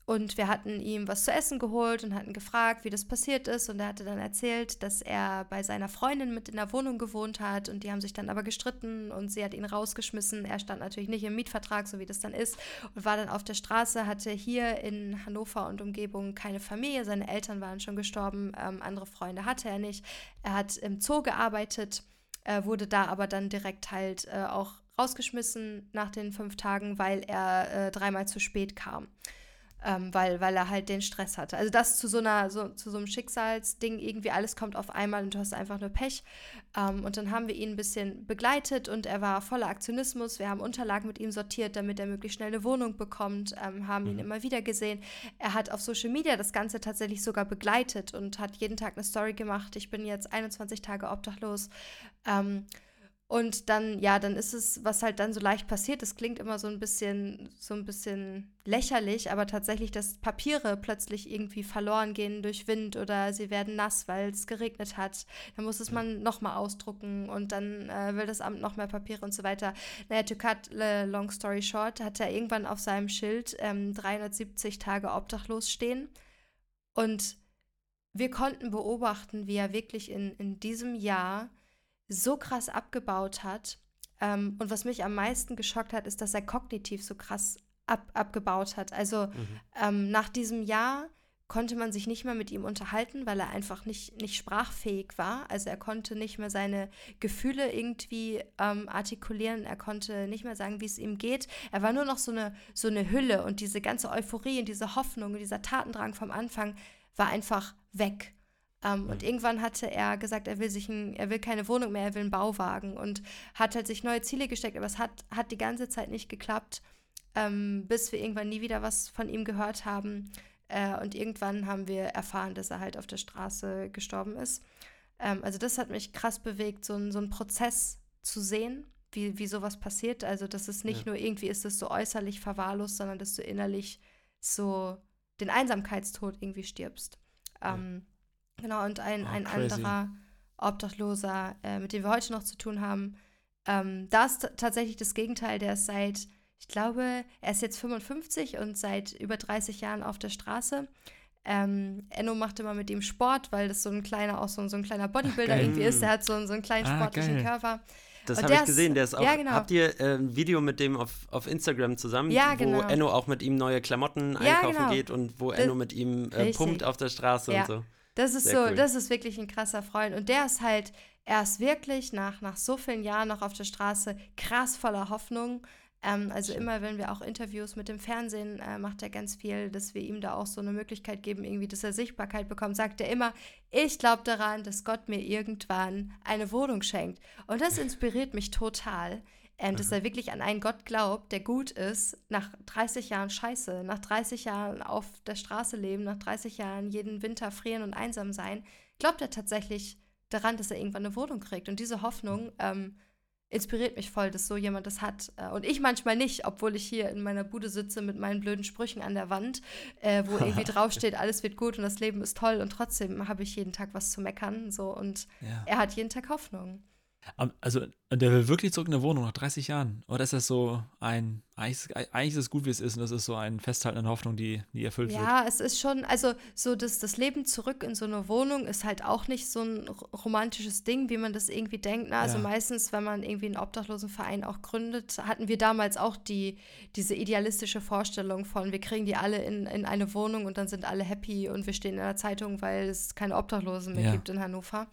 Und wir hatten ihm was zu essen geholt und hatten gefragt, wie das passiert ist. Und er hatte dann erzählt, dass er bei seiner Freundin mit in der Wohnung gewohnt hat. Und die haben sich dann aber gestritten und sie hat ihn rausgeschmissen. Er stand natürlich nicht im Mietvertrag, so wie das dann ist. Und war dann auf der Straße, hatte hier in Hannover und Umgebung keine Familie. Seine Eltern waren schon gestorben, andere Freunde hatte er nicht. Er hat im Zoo gearbeitet, wurde da aber dann direkt halt auch rausgeschmissen nach den 5 Tagen, weil er 3-mal zu spät kam. Weil er halt den Stress hatte. Also das zu so einem Schicksalsding, irgendwie alles kommt auf einmal und du hast einfach nur Pech. Und dann haben wir ihn ein bisschen begleitet und er war voller Aktionismus. Wir haben Unterlagen mit ihm sortiert, damit er möglichst schnell eine Wohnung bekommt, haben ihn immer wieder gesehen. Er hat auf Social Media das Ganze tatsächlich sogar begleitet und hat jeden Tag eine Story gemacht. Ich bin jetzt 21 Tage obdachlos. Und dann ist es, was halt dann so leicht passiert, das klingt immer so ein bisschen lächerlich, aber tatsächlich, dass Papiere plötzlich irgendwie verloren gehen durch Wind oder sie werden nass, weil es geregnet hat. Dann muss es man nochmal ausdrucken und dann will das Amt noch mehr Papiere und so weiter. Naja, to cut long story short, hat er irgendwann auf seinem Schild 370 Tage obdachlos stehen und wir konnten beobachten, wie er wirklich in diesem Jahr so krass abgebaut hat. Und was mich am meisten geschockt hat, ist, dass er kognitiv so krass abgebaut hat. Also nach diesem Jahr konnte man sich nicht mehr mit ihm unterhalten, weil er einfach nicht sprachfähig war. Also er konnte nicht mehr seine Gefühle irgendwie artikulieren. Er konnte nicht mehr sagen, wie es ihm geht. Er war nur noch so eine Hülle und diese ganze Euphorie und diese Hoffnung und dieser Tatendrang vom Anfang war einfach weg. Und irgendwann hatte er gesagt, er will keine Wohnung mehr, er will einen Bauwagen und hat halt sich neue Ziele gesteckt, aber es hat die ganze Zeit nicht geklappt, bis wir irgendwann nie wieder was von ihm gehört haben. Und irgendwann haben wir erfahren, dass er halt auf der Straße gestorben ist. Also das hat mich krass bewegt, so einen Prozess zu sehen, wie sowas passiert. Also dass es nicht nur irgendwie ist, es so äußerlich verwahrlost, sondern dass du innerlich so den Einsamkeitstod irgendwie stirbst. Genau, und ein anderer Obdachloser, mit dem wir heute noch zu tun haben, da ist tatsächlich das Gegenteil, der ist ich glaube, er ist jetzt 55 und seit über 30 Jahren auf der Straße. Enno macht immer mit ihm Sport, weil das so ein kleiner Bodybuilder irgendwie ist, der hat so einen kleinen sportlichen Körper. Das habe ich gesehen, der ist auch, ja, genau. Habt ihr ein Video mit dem auf Instagram zusammen, wo Enno auch mit ihm neue Klamotten einkaufen geht und wo Enno mit ihm pumpt auf der Straße und so. Das ist Sehr cool. Das ist wirklich ein krasser Freund. Und der ist halt, er ist wirklich nach so vielen Jahren noch auf der Straße krass voller Hoffnung. Also immer, wenn wir auch Interviews mit dem Fernsehen, macht er ganz viel, dass wir ihm da auch so eine Möglichkeit geben, irgendwie, dass er Sichtbarkeit bekommt, sagt er immer, ich glaube daran, dass Gott mir irgendwann eine Wohnung schenkt. Und das inspiriert mich total, dass er wirklich an einen Gott glaubt, der gut ist, nach 30 Jahren Scheiße, nach 30 Jahren auf der Straße leben, nach 30 Jahren jeden Winter frieren und einsam sein, glaubt er tatsächlich daran, dass er irgendwann eine Wohnung kriegt. Und diese Hoffnung inspiriert mich voll, dass so jemand das hat. Und ich manchmal nicht, obwohl ich hier in meiner Bude sitze mit meinen blöden Sprüchen an der Wand, wo irgendwie draufsteht, alles wird gut und das Leben ist toll und trotzdem habe ich jeden Tag was zu meckern. So, und er hat jeden Tag Hoffnung. Also, der will wirklich zurück in eine Wohnung nach 30 Jahren? Oder ist das so eigentlich ist es gut, wie es ist und das ist so ein Festhalten an Hoffnung, die erfüllt wird? Ja, es ist schon, also so das Leben zurück in so eine Wohnung ist halt auch nicht so ein romantisches Ding, wie man das irgendwie denkt. Ne? Also meistens, wenn man irgendwie einen Obdachlosenverein auch gründet, hatten wir damals auch diese idealistische Vorstellung von, wir kriegen die alle in eine Wohnung und dann sind alle happy und wir stehen in der Zeitung, weil es keine Obdachlosen mehr gibt in Hannover.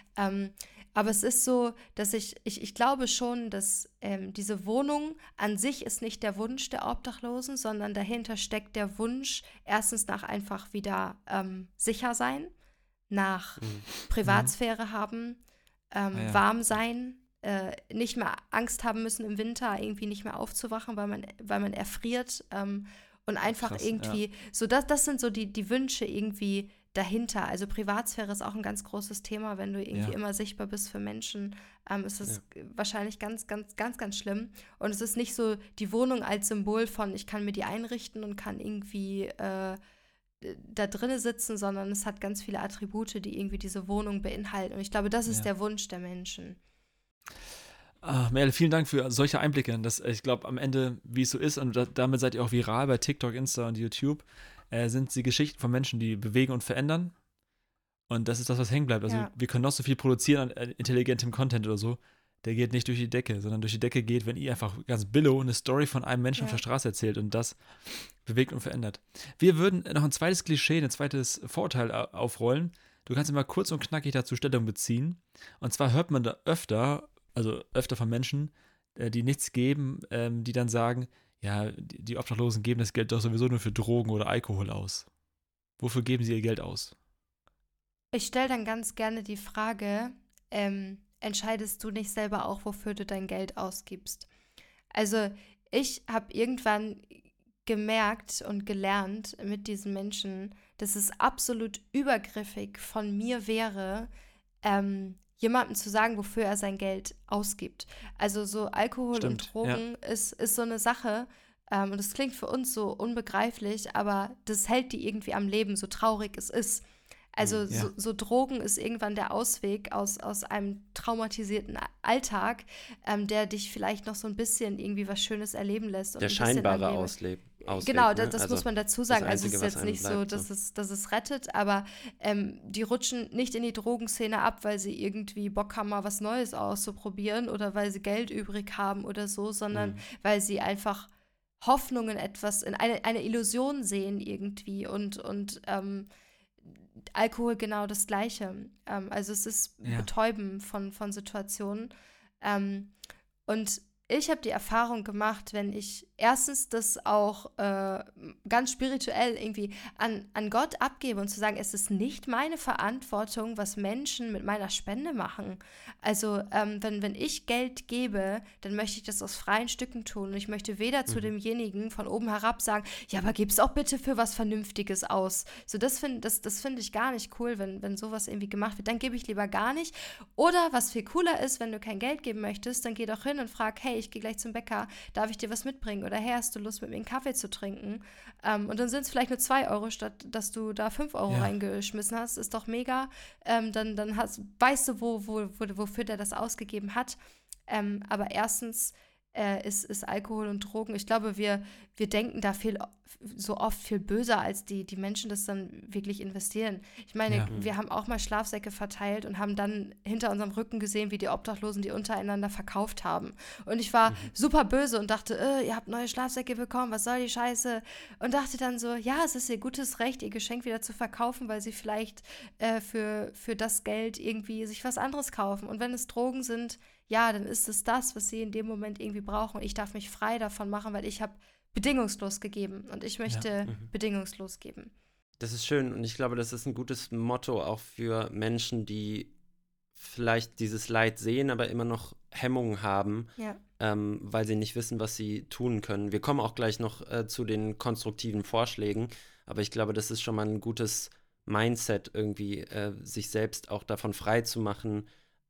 Aber es ist so, dass ich glaube schon, dass diese Wohnung an sich ist nicht der Wunsch der Obdachlosen, sondern dahinter steckt der Wunsch, erstens nach einfach wieder sicher sein, nach Privatsphäre haben, warm sein, nicht mehr Angst haben müssen im Winter, irgendwie nicht mehr aufzuwachen, weil man erfriert und einfach krass, irgendwie, so das sind so die Wünsche irgendwie dahinter. Also Privatsphäre ist auch ein ganz großes Thema, wenn du irgendwie immer sichtbar bist für Menschen, ist es wahrscheinlich ganz, ganz, ganz, ganz schlimm. Und es ist nicht so die Wohnung als Symbol von, ich kann mir die einrichten und kann irgendwie da drinnen sitzen, sondern es hat ganz viele Attribute, die irgendwie diese Wohnung beinhalten. Und ich glaube, das ist der Wunsch der Menschen. Merle, vielen Dank für solche Einblicke. Ich glaube, am Ende, wie es so ist, und damit seid ihr auch viral bei TikTok, Insta und YouTube, sind sie Geschichten von Menschen, die bewegen und verändern. Und das ist das, was hängen bleibt. Also Ja. wir können noch so viel produzieren an intelligentem Content oder so. Der geht nicht durch die Decke, sondern durch die Decke geht, wenn ihr einfach ganz billow eine Story von einem Menschen auf der Straße erzählt und das bewegt und verändert. Wir würden noch ein zweites Klischee, ein zweites Vorurteil aufrollen. Du kannst immer kurz und knackig dazu Stellung beziehen. Und zwar hört man da öfter von Menschen, die nichts geben, die dann sagen, ja, die Obdachlosen geben das Geld doch sowieso nur für Drogen oder Alkohol aus. Wofür geben sie ihr Geld aus? Ich stelle dann ganz gerne die Frage, entscheidest du nicht selber auch, wofür du dein Geld ausgibst? Also ich habe irgendwann gemerkt und gelernt mit diesen Menschen, dass es absolut übergriffig von mir wäre, jemandem zu sagen, wofür er sein Geld ausgibt. Also so Alkohol Stimmt, und Drogen ist so eine Sache, und das klingt für uns so unbegreiflich, aber das hält die irgendwie am Leben, so traurig es ist. Also Ja. so Drogen ist irgendwann der Ausweg aus einem traumatisierten Alltag, der dich vielleicht noch so ein bisschen irgendwie was Schönes erleben lässt. Und Der ein bisschen scheinbare am Leben- Ausweg. Genau, ne? das Also muss man dazu sagen. Also es Einzige, ist was jetzt einem nicht so, bleibt, dass es rettet, aber die rutschen nicht in die Drogenszene ab, weil sie irgendwie Bock haben, mal was Neues auszuprobieren oder weil sie Geld übrig haben oder so, sondern weil sie einfach Hoffnung in etwas, in eine Illusion sehen irgendwie und Alkohol genau das Gleiche. Also es ist Ja. Betäuben von Situationen. Und ich habe die Erfahrung gemacht, wenn ich erstens das auch ganz spirituell irgendwie an Gott abgebe und zu sagen, es ist nicht meine Verantwortung, was Menschen mit meiner Spende machen. Also wenn ich Geld gebe, dann möchte ich das aus freien Stücken tun. Und ich möchte weder zu demjenigen von oben herab sagen, ja, aber gib's auch bitte für was Vernünftiges aus. So, das find ich gar nicht cool, wenn sowas irgendwie gemacht wird. Dann gebe ich lieber gar nicht. Oder was viel cooler ist, wenn du kein Geld geben möchtest, dann geh doch hin und frag, hey, ich gehe gleich zum Bäcker, darf ich dir was mitbringen? Oder hey, hast du Lust, mit mir einen Kaffee zu trinken? Und dann sind es vielleicht nur 2 Euro, statt dass du da 5 Euro reingeschmissen hast. Ist doch mega. Dann weißt du, wofür der das ausgegeben hat. Aber erstens ist Alkohol und Drogen, ich glaube, wir denken da so oft viel böser, als die Menschen das dann wirklich investieren. Ich meine, wir haben auch mal Schlafsäcke verteilt und haben dann hinter unserem Rücken gesehen, wie die Obdachlosen die untereinander verkauft haben. Und ich war super böse und dachte, ihr habt neue Schlafsäcke bekommen, was soll die Scheiße? Und dachte dann so, ja, es ist ihr gutes Recht, ihr Geschenk wieder zu verkaufen, weil sie vielleicht für das Geld irgendwie sich was anderes kaufen. Und wenn es Drogen sind, ja, dann ist es das, was sie in dem Moment irgendwie brauchen. Und ich darf mich frei davon machen, weil ich habe bedingungslos gegeben. Und ich möchte bedingungslos geben. Das ist schön und ich glaube, das ist ein gutes Motto auch für Menschen, die vielleicht dieses Leid sehen, aber immer noch Hemmungen haben, weil sie nicht wissen, was sie tun können. Wir kommen auch gleich noch zu den konstruktiven Vorschlägen, aber ich glaube, das ist schon mal ein gutes Mindset, irgendwie sich selbst auch davon frei zu machen,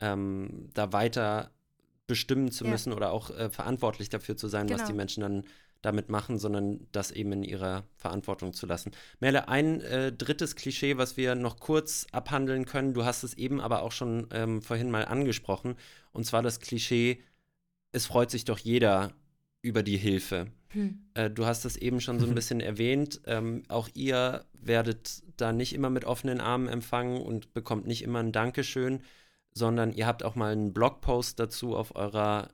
da weiter bestimmen zu müssen oder auch verantwortlich dafür zu sein, was die Menschen dann damit machen, sondern das eben in ihrer Verantwortung zu lassen. Merle, ein drittes Klischee, was wir noch kurz abhandeln können, du hast es eben aber auch schon vorhin mal angesprochen, und zwar das Klischee, es freut sich doch jeder über die Hilfe. Du hast es eben schon so ein bisschen erwähnt, auch ihr werdet da nicht immer mit offenen Armen empfangen und bekommt nicht immer ein Dankeschön, sondern ihr habt auch mal einen Blogpost dazu auf eurer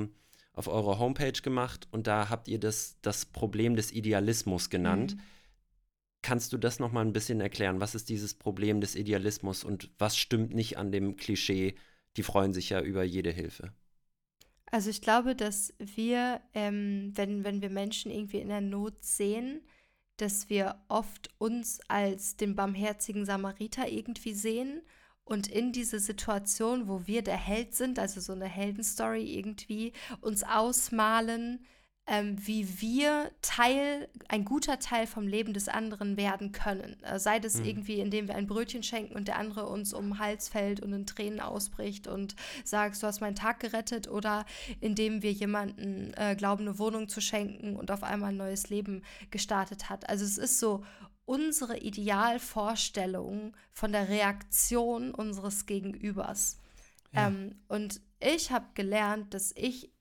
Homepage gemacht und da habt ihr das Problem des Idealismus genannt. Kannst du das noch mal ein bisschen erklären? Was ist dieses Problem des Idealismus und was stimmt nicht an dem Klischee, die freuen sich ja über jede Hilfe? Also ich glaube, dass wir, wenn wir Menschen irgendwie in der Not sehen, dass wir oft uns als den barmherzigen Samariter irgendwie sehen und in diese Situation, wo wir der Held sind, also so eine Heldenstory irgendwie, uns ausmalen, wie wir ein guter Teil vom Leben des anderen werden können. Sei das irgendwie, indem wir ein Brötchen schenken und der andere uns um den Hals fällt und in Tränen ausbricht und sagt, du hast meinen Tag gerettet, oder indem wir jemanden glauben, eine Wohnung zu schenken und auf einmal ein neues Leben gestartet hat. Also es ist so unsere Idealvorstellung von der Reaktion unseres Gegenübers. Und ich habe gelernt, dass ich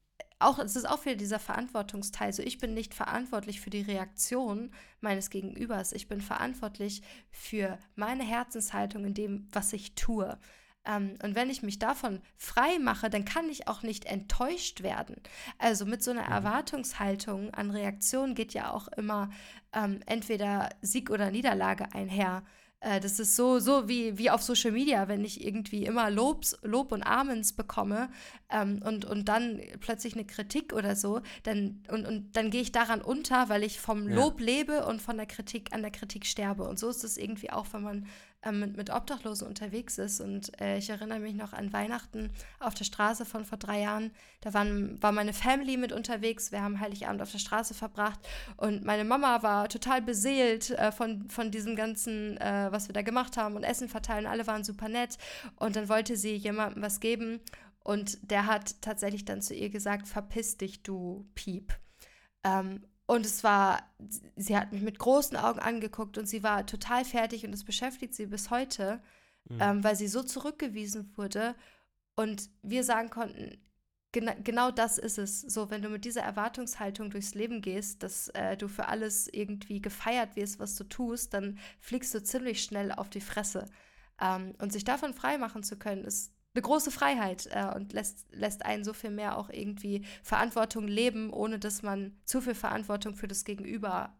es ist auch wieder dieser Verantwortungsteil. So, ich bin nicht verantwortlich für die Reaktion meines Gegenübers. Ich bin verantwortlich für meine Herzenshaltung in dem, was ich tue. Und wenn ich mich davon frei mache, dann kann ich auch nicht enttäuscht werden. Also mit so einer Erwartungshaltung an Reaktionen geht ja auch immer entweder Sieg oder Niederlage einher. Das ist so wie auf Social Media, wenn ich irgendwie immer Lob und Amens bekomme und dann plötzlich eine Kritik oder so, dann gehe ich daran unter, weil ich vom Lob lebe und von der Kritik an der Kritik sterbe. Und so ist es irgendwie auch, wenn man mit Obdachlosen unterwegs ist. Und ich erinnere mich noch an Weihnachten auf der Straße von vor 3 Jahren. Da war meine Family mit unterwegs. Wir haben Heiligabend auf der Straße verbracht. Und meine Mama war total beseelt von diesem ganzen, was wir da gemacht haben und Essen verteilen. Alle waren super nett. Und dann wollte sie jemandem was geben. Und der hat tatsächlich dann zu ihr gesagt, verpiss dich, du Piep. Und sie hat mich mit großen Augen angeguckt und sie war total fertig und das beschäftigt sie bis heute, weil sie so zurückgewiesen wurde und wir sagen konnten, genau das ist es. So, wenn du mit dieser Erwartungshaltung durchs Leben gehst, dass du für alles irgendwie gefeiert wirst, was du tust, dann fliegst du ziemlich schnell auf die Fresse. Und sich davon frei machen zu können, ist eine große Freiheit und lässt einen so viel mehr auch irgendwie Verantwortung leben, ohne dass man zu viel Verantwortung für das Gegenüber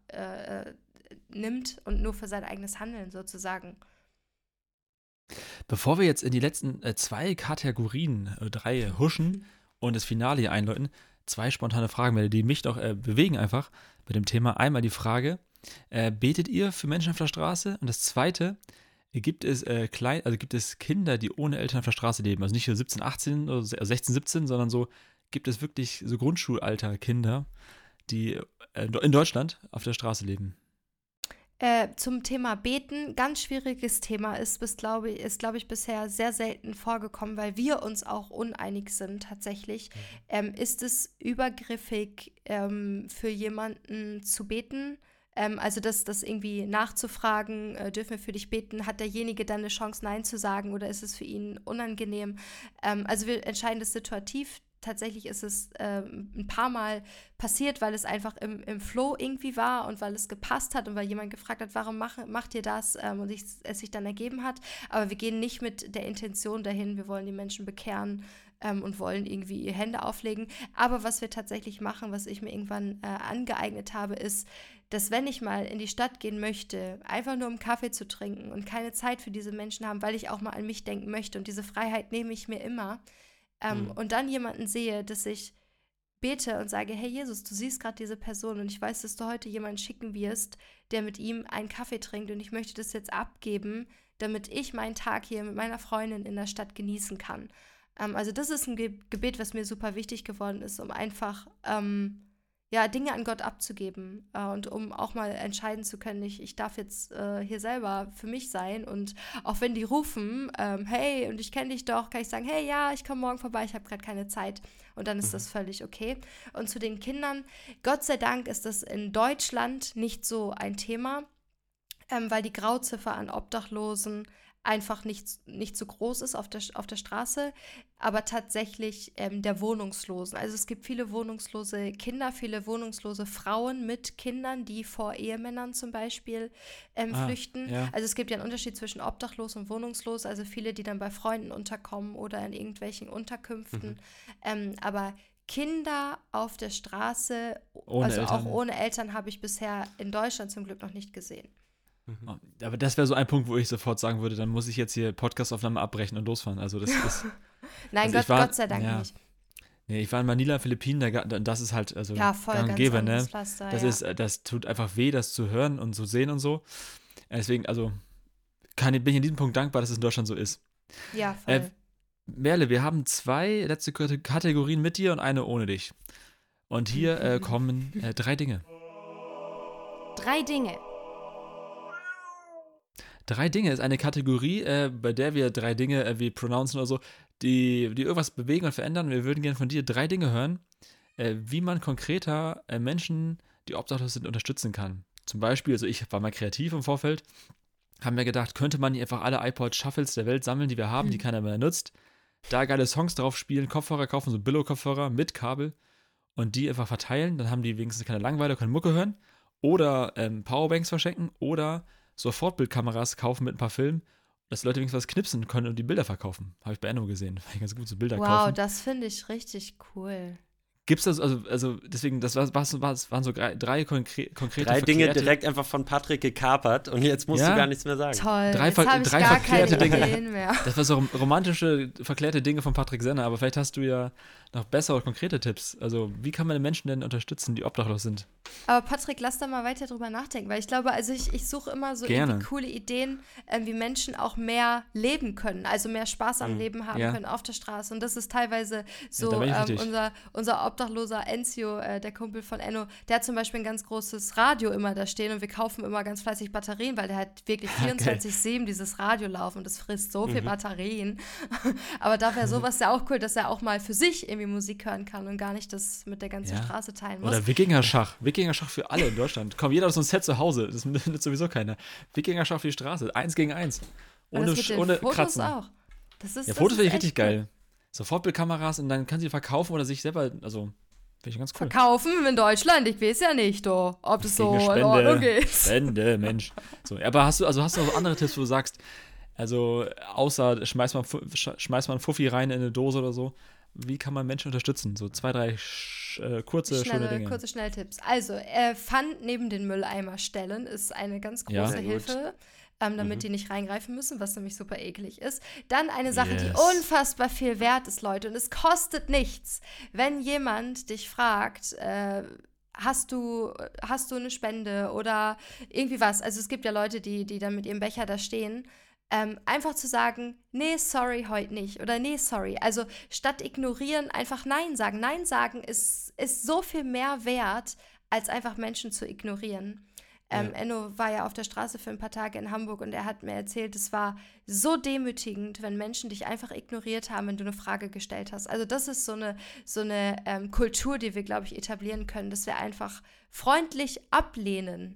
nimmt und nur für sein eigenes Handeln sozusagen. Bevor wir jetzt in die letzten 2 Kategorien, 3 huschen und das Finale hier einläuten, 2 spontane Fragen, die mich doch bewegen einfach bei dem Thema. Einmal die Frage, betet ihr für Menschen auf der Straße? Und das Zweite, gibt es Kinder, die ohne Eltern auf der Straße leben? Also nicht so 17, 18 oder 16, 17, sondern so gibt es wirklich so Grundschulalter Kinder, die in Deutschland auf der Straße leben? Zum Thema Beten, ganz schwieriges Thema, ist, glaube ich, bisher sehr selten vorgekommen, weil wir uns auch uneinig sind tatsächlich. Ist es übergriffig, für jemanden zu beten? Also das irgendwie nachzufragen, dürfen wir für dich beten, hat derjenige dann eine Chance, Nein zu sagen oder ist es für ihn unangenehm? Also wir entscheiden das situativ. Tatsächlich ist es ein paar Mal passiert, weil es einfach im Flow irgendwie war und weil es gepasst hat und weil jemand gefragt hat, warum macht ihr das? Und es sich dann ergeben hat. Aber wir gehen nicht mit der Intention dahin, wir wollen die Menschen bekehren und wollen irgendwie Hände auflegen. Aber was wir tatsächlich machen, was ich mir irgendwann angeeignet habe, ist, dass wenn ich mal in die Stadt gehen möchte, einfach nur um Kaffee zu trinken und keine Zeit für diese Menschen haben, weil ich auch mal an mich denken möchte und diese Freiheit nehme ich mir immer, und dann jemanden sehe, dass ich bete und sage, hey Jesus, du siehst gerade diese Person und ich weiß, dass du heute jemanden schicken wirst, der mit ihm einen Kaffee trinkt und ich möchte das jetzt abgeben, damit ich meinen Tag hier mit meiner Freundin in der Stadt genießen kann. Also das ist ein Gebet, was mir super wichtig geworden ist, um einfach Dinge an Gott abzugeben und um auch mal entscheiden zu können, ich darf jetzt hier selber für mich sein und auch wenn die rufen, hey, und ich kenne dich doch, kann ich sagen, hey, ja, ich komme morgen vorbei, ich habe gerade keine Zeit und dann ist das völlig okay. Und zu den Kindern, Gott sei Dank ist das in Deutschland nicht so ein Thema, weil die Grauziffer an Obdachlosen einfach nicht so groß ist auf der Straße, aber tatsächlich der Wohnungslosen. Also es gibt viele wohnungslose Kinder, viele wohnungslose Frauen mit Kindern, die vor Ehemännern zum Beispiel flüchten. Ja. Also es gibt ja einen Unterschied zwischen obdachlos und wohnungslos, also viele, die dann bei Freunden unterkommen oder in irgendwelchen Unterkünften. Aber Kinder auf der Straße, Ohne Eltern. auch ohne Eltern, habe ich bisher in Deutschland zum Glück noch nicht gesehen. Aber das wäre so ein Punkt, wo ich sofort sagen würde, dann muss ich jetzt hier Podcastaufnahme abbrechen und losfahren. Also das ist... Nein, also Gott sei Dank nicht. Nee, ich war in Manila, Philippinen, das ist halt also voll gang und ganz gäbe, anderes ne? Pflaster, Das tut einfach weh, das zu hören und zu sehen und so. Deswegen, also bin ich in diesem Punkt dankbar, dass es in Deutschland so ist. Ja, voll. Merle, wir haben 2 letzte Kategorien mit dir und eine ohne dich. Und hier kommen 3 Dinge. 3 Dinge. 3 Dinge ist eine Kategorie, bei der wir 3 Dinge wie pronouncen oder so, die irgendwas bewegen und verändern. Wir würden gerne von dir 3 Dinge hören, wie man konkreter Menschen, die obdachlos sind, unterstützen kann. Zum Beispiel, also ich war mal kreativ im Vorfeld, haben wir gedacht, könnte man nicht einfach alle iPod Shuffles der Welt sammeln, die wir haben, die keiner mehr nutzt, da geile Songs drauf spielen, Kopfhörer kaufen, so Billo-Kopfhörer mit Kabel und die einfach verteilen. Dann haben die wenigstens keine Langeweile, können Mucke hören. Oder Powerbanks verschenken oder Sofortbildkameras kaufen mit ein paar Filmen, dass die Leute wenigstens was knipsen können und die Bilder verkaufen. Habe ich bei Enno gesehen. Fand ich ganz gut, so Bilder Wow, kaufen. das finde ich richtig cool. Gibt's das, also deswegen, das waren so drei konkrete Drei Dinge verklärte- direkt einfach von Patrick gekapert und jetzt musst Ja. du gar nichts mehr sagen. Toll, Drei jetzt ver- habe ich drei gar keine verklärte Dinge. Ideen mehr. Das war so romantische, verklärte Dinge von Patrick Senner, aber vielleicht hast du ja noch bessere, konkrete Tipps. Also, wie kann man Menschen denn unterstützen, die obdachlos sind? Aber Patrick, lass da mal weiter drüber nachdenken, weil ich glaube, also ich suche immer so Gerne. irgendwie coole Ideen, wie Menschen auch mehr leben können, also mehr Spaß am Leben haben Ja. können auf der Straße. Und das ist teilweise so da bin ich mit dir. unser obdachloser Enzio, der Kumpel von Enno, der hat zum Beispiel ein ganz großes Radio immer da stehen und wir kaufen immer ganz fleißig Batterien, weil der hat wirklich 24/7 dieses Radio laufen und das frisst so viel Batterien. Aber da wäre sowas ja auch cool, dass er auch mal für sich irgendwie Musik hören kann und gar nicht das mit der ganzen Ja. Straße teilen muss. Oder Wikinger-Schach. Wikinger-Schach für alle in Deutschland. Komm, jeder hat so ein Set zu Hause. Das nützt sowieso keiner. Wikinger-Schach für die Straße. 1 gegen 1. Und Ohne, das mit den ohne Fotos Kratzen. auch. Das ist, Ja, das Fotos ist finde ich echt richtig cool. geil. Sofortbildkameras und dann kann sie verkaufen oder sich selber, also, finde ich ganz cool. Verkaufen in Deutschland, ich weiß ja nicht, ob das so Gegen eine in Ordnung Spende. ist. Spende, Mensch. So, aber hast du noch andere Tipps, wo du sagst, also außer schmeiß mal einen Fuffi rein in eine Dose oder so, wie kann man Menschen unterstützen? So 2, 3 kurze, schöne Dinge. Kurze Schnelltipps. Also, Pfand neben den Mülleimer stellen ist eine ganz Ja. große Sehr gut. Hilfe, damit die nicht reingreifen müssen, was nämlich super eklig ist. Dann eine Sache, die Yes. unfassbar viel wert ist, Leute, und es kostet nichts. Wenn jemand dich fragt, hast du eine Spende oder irgendwie was? Also es gibt ja Leute, die dann mit ihrem Becher da stehen. Einfach zu sagen, nee, sorry, heute nicht. Oder nee, sorry. Also statt ignorieren, einfach Nein sagen. Nein sagen ist so viel mehr wert, als einfach Menschen zu ignorieren. Enno war ja auf der Straße für ein paar Tage in Hamburg und er hat mir erzählt, es war so demütigend, wenn Menschen dich einfach ignoriert haben, wenn du eine Frage gestellt hast. Also das ist so eine Kultur, die wir, glaube ich, etablieren können, dass wir einfach freundlich ablehnen.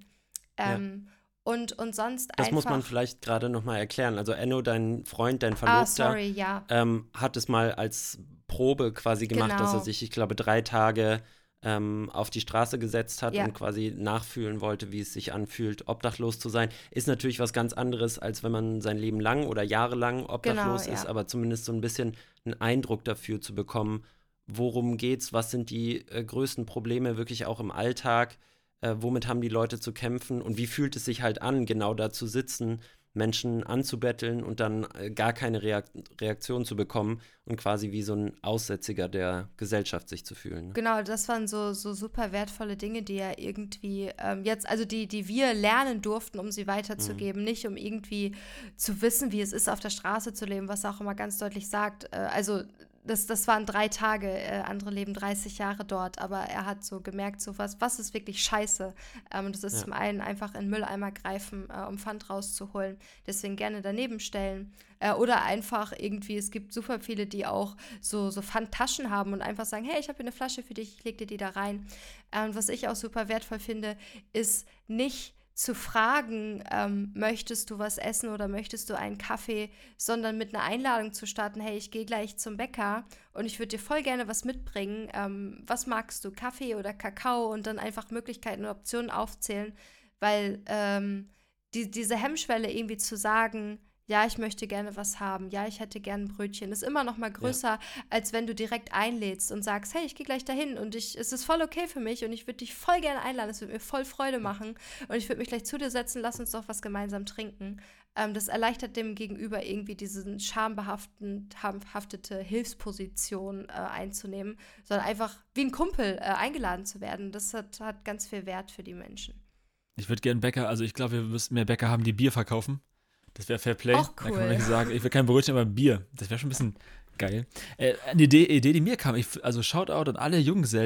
Und sonst Das einfach... muss man vielleicht gerade nochmal erklären. Also Enno, dein Freund, dein Verlobter, sorry, ja. hat es mal als Probe quasi gemacht, Genau. dass er sich, ich glaube, 3 Tage auf die Straße gesetzt hat Ja. und quasi nachfühlen wollte, wie es sich anfühlt, obdachlos zu sein. Ist natürlich was ganz anderes, als wenn man sein Leben lang oder jahrelang obdachlos Genau, ist, ja. aber zumindest so ein bisschen einen Eindruck dafür zu bekommen, worum geht's, was sind die größten Probleme wirklich auch im Alltag, womit haben die Leute zu kämpfen und wie fühlt es sich halt an, genau da zu sitzen, Menschen anzubetteln und dann gar keine Reaktion zu bekommen und quasi wie so ein Aussätziger der Gesellschaft sich zu fühlen. Ne? Genau, das waren so super wertvolle Dinge, die ja irgendwie jetzt, also die wir lernen durften, um sie weiterzugeben, nicht um irgendwie zu wissen, wie es ist, auf der Straße zu leben, was er auch immer ganz deutlich sagt. Also das waren 3 Tage, andere leben 30 Jahre dort, aber er hat so gemerkt, so was ist wirklich scheiße. Und das ist zum einen einfach in den Mülleimer greifen, um Pfand rauszuholen, deswegen gerne daneben stellen. Oder einfach irgendwie, es gibt super viele, die auch so Pfandtaschen haben und einfach sagen, hey, ich habe hier eine Flasche für dich, ich leg dir die da rein. Und was ich auch super wertvoll finde, ist nicht zu fragen, möchtest du was essen oder möchtest du einen Kaffee, sondern mit einer Einladung zu starten, hey, ich gehe gleich zum Bäcker und ich würde dir voll gerne was mitbringen. Was magst du, Kaffee oder Kakao? Und dann einfach Möglichkeiten und Optionen aufzählen, weil diese Hemmschwelle irgendwie zu sagen, ja, ich möchte gerne was haben, ja, ich hätte gerne ein Brötchen, ist immer noch mal größer, als wenn du direkt einlädst und sagst, hey, ich gehe gleich dahin und es ist voll okay für mich und ich würde dich voll gerne einladen, es würde mir voll Freude machen und ich würde mich gleich zu dir setzen, lass uns doch was gemeinsam trinken. Das erleichtert dem Gegenüber irgendwie diesen schambehaftete Hilfsposition einzunehmen, sondern einfach wie ein Kumpel eingeladen zu werden. Das hat ganz viel Wert für die Menschen. Ich würde gerne Bäcker, also ich glaube, wir müssten mehr Bäcker haben, die Bier verkaufen. Das wäre Fair Play. Auch Da kann cool. man nicht sagen, ich will kein Brötchen, aber Bier. Das wäre schon ein bisschen geil. Eine Idee, die mir kam, also Shoutout an alle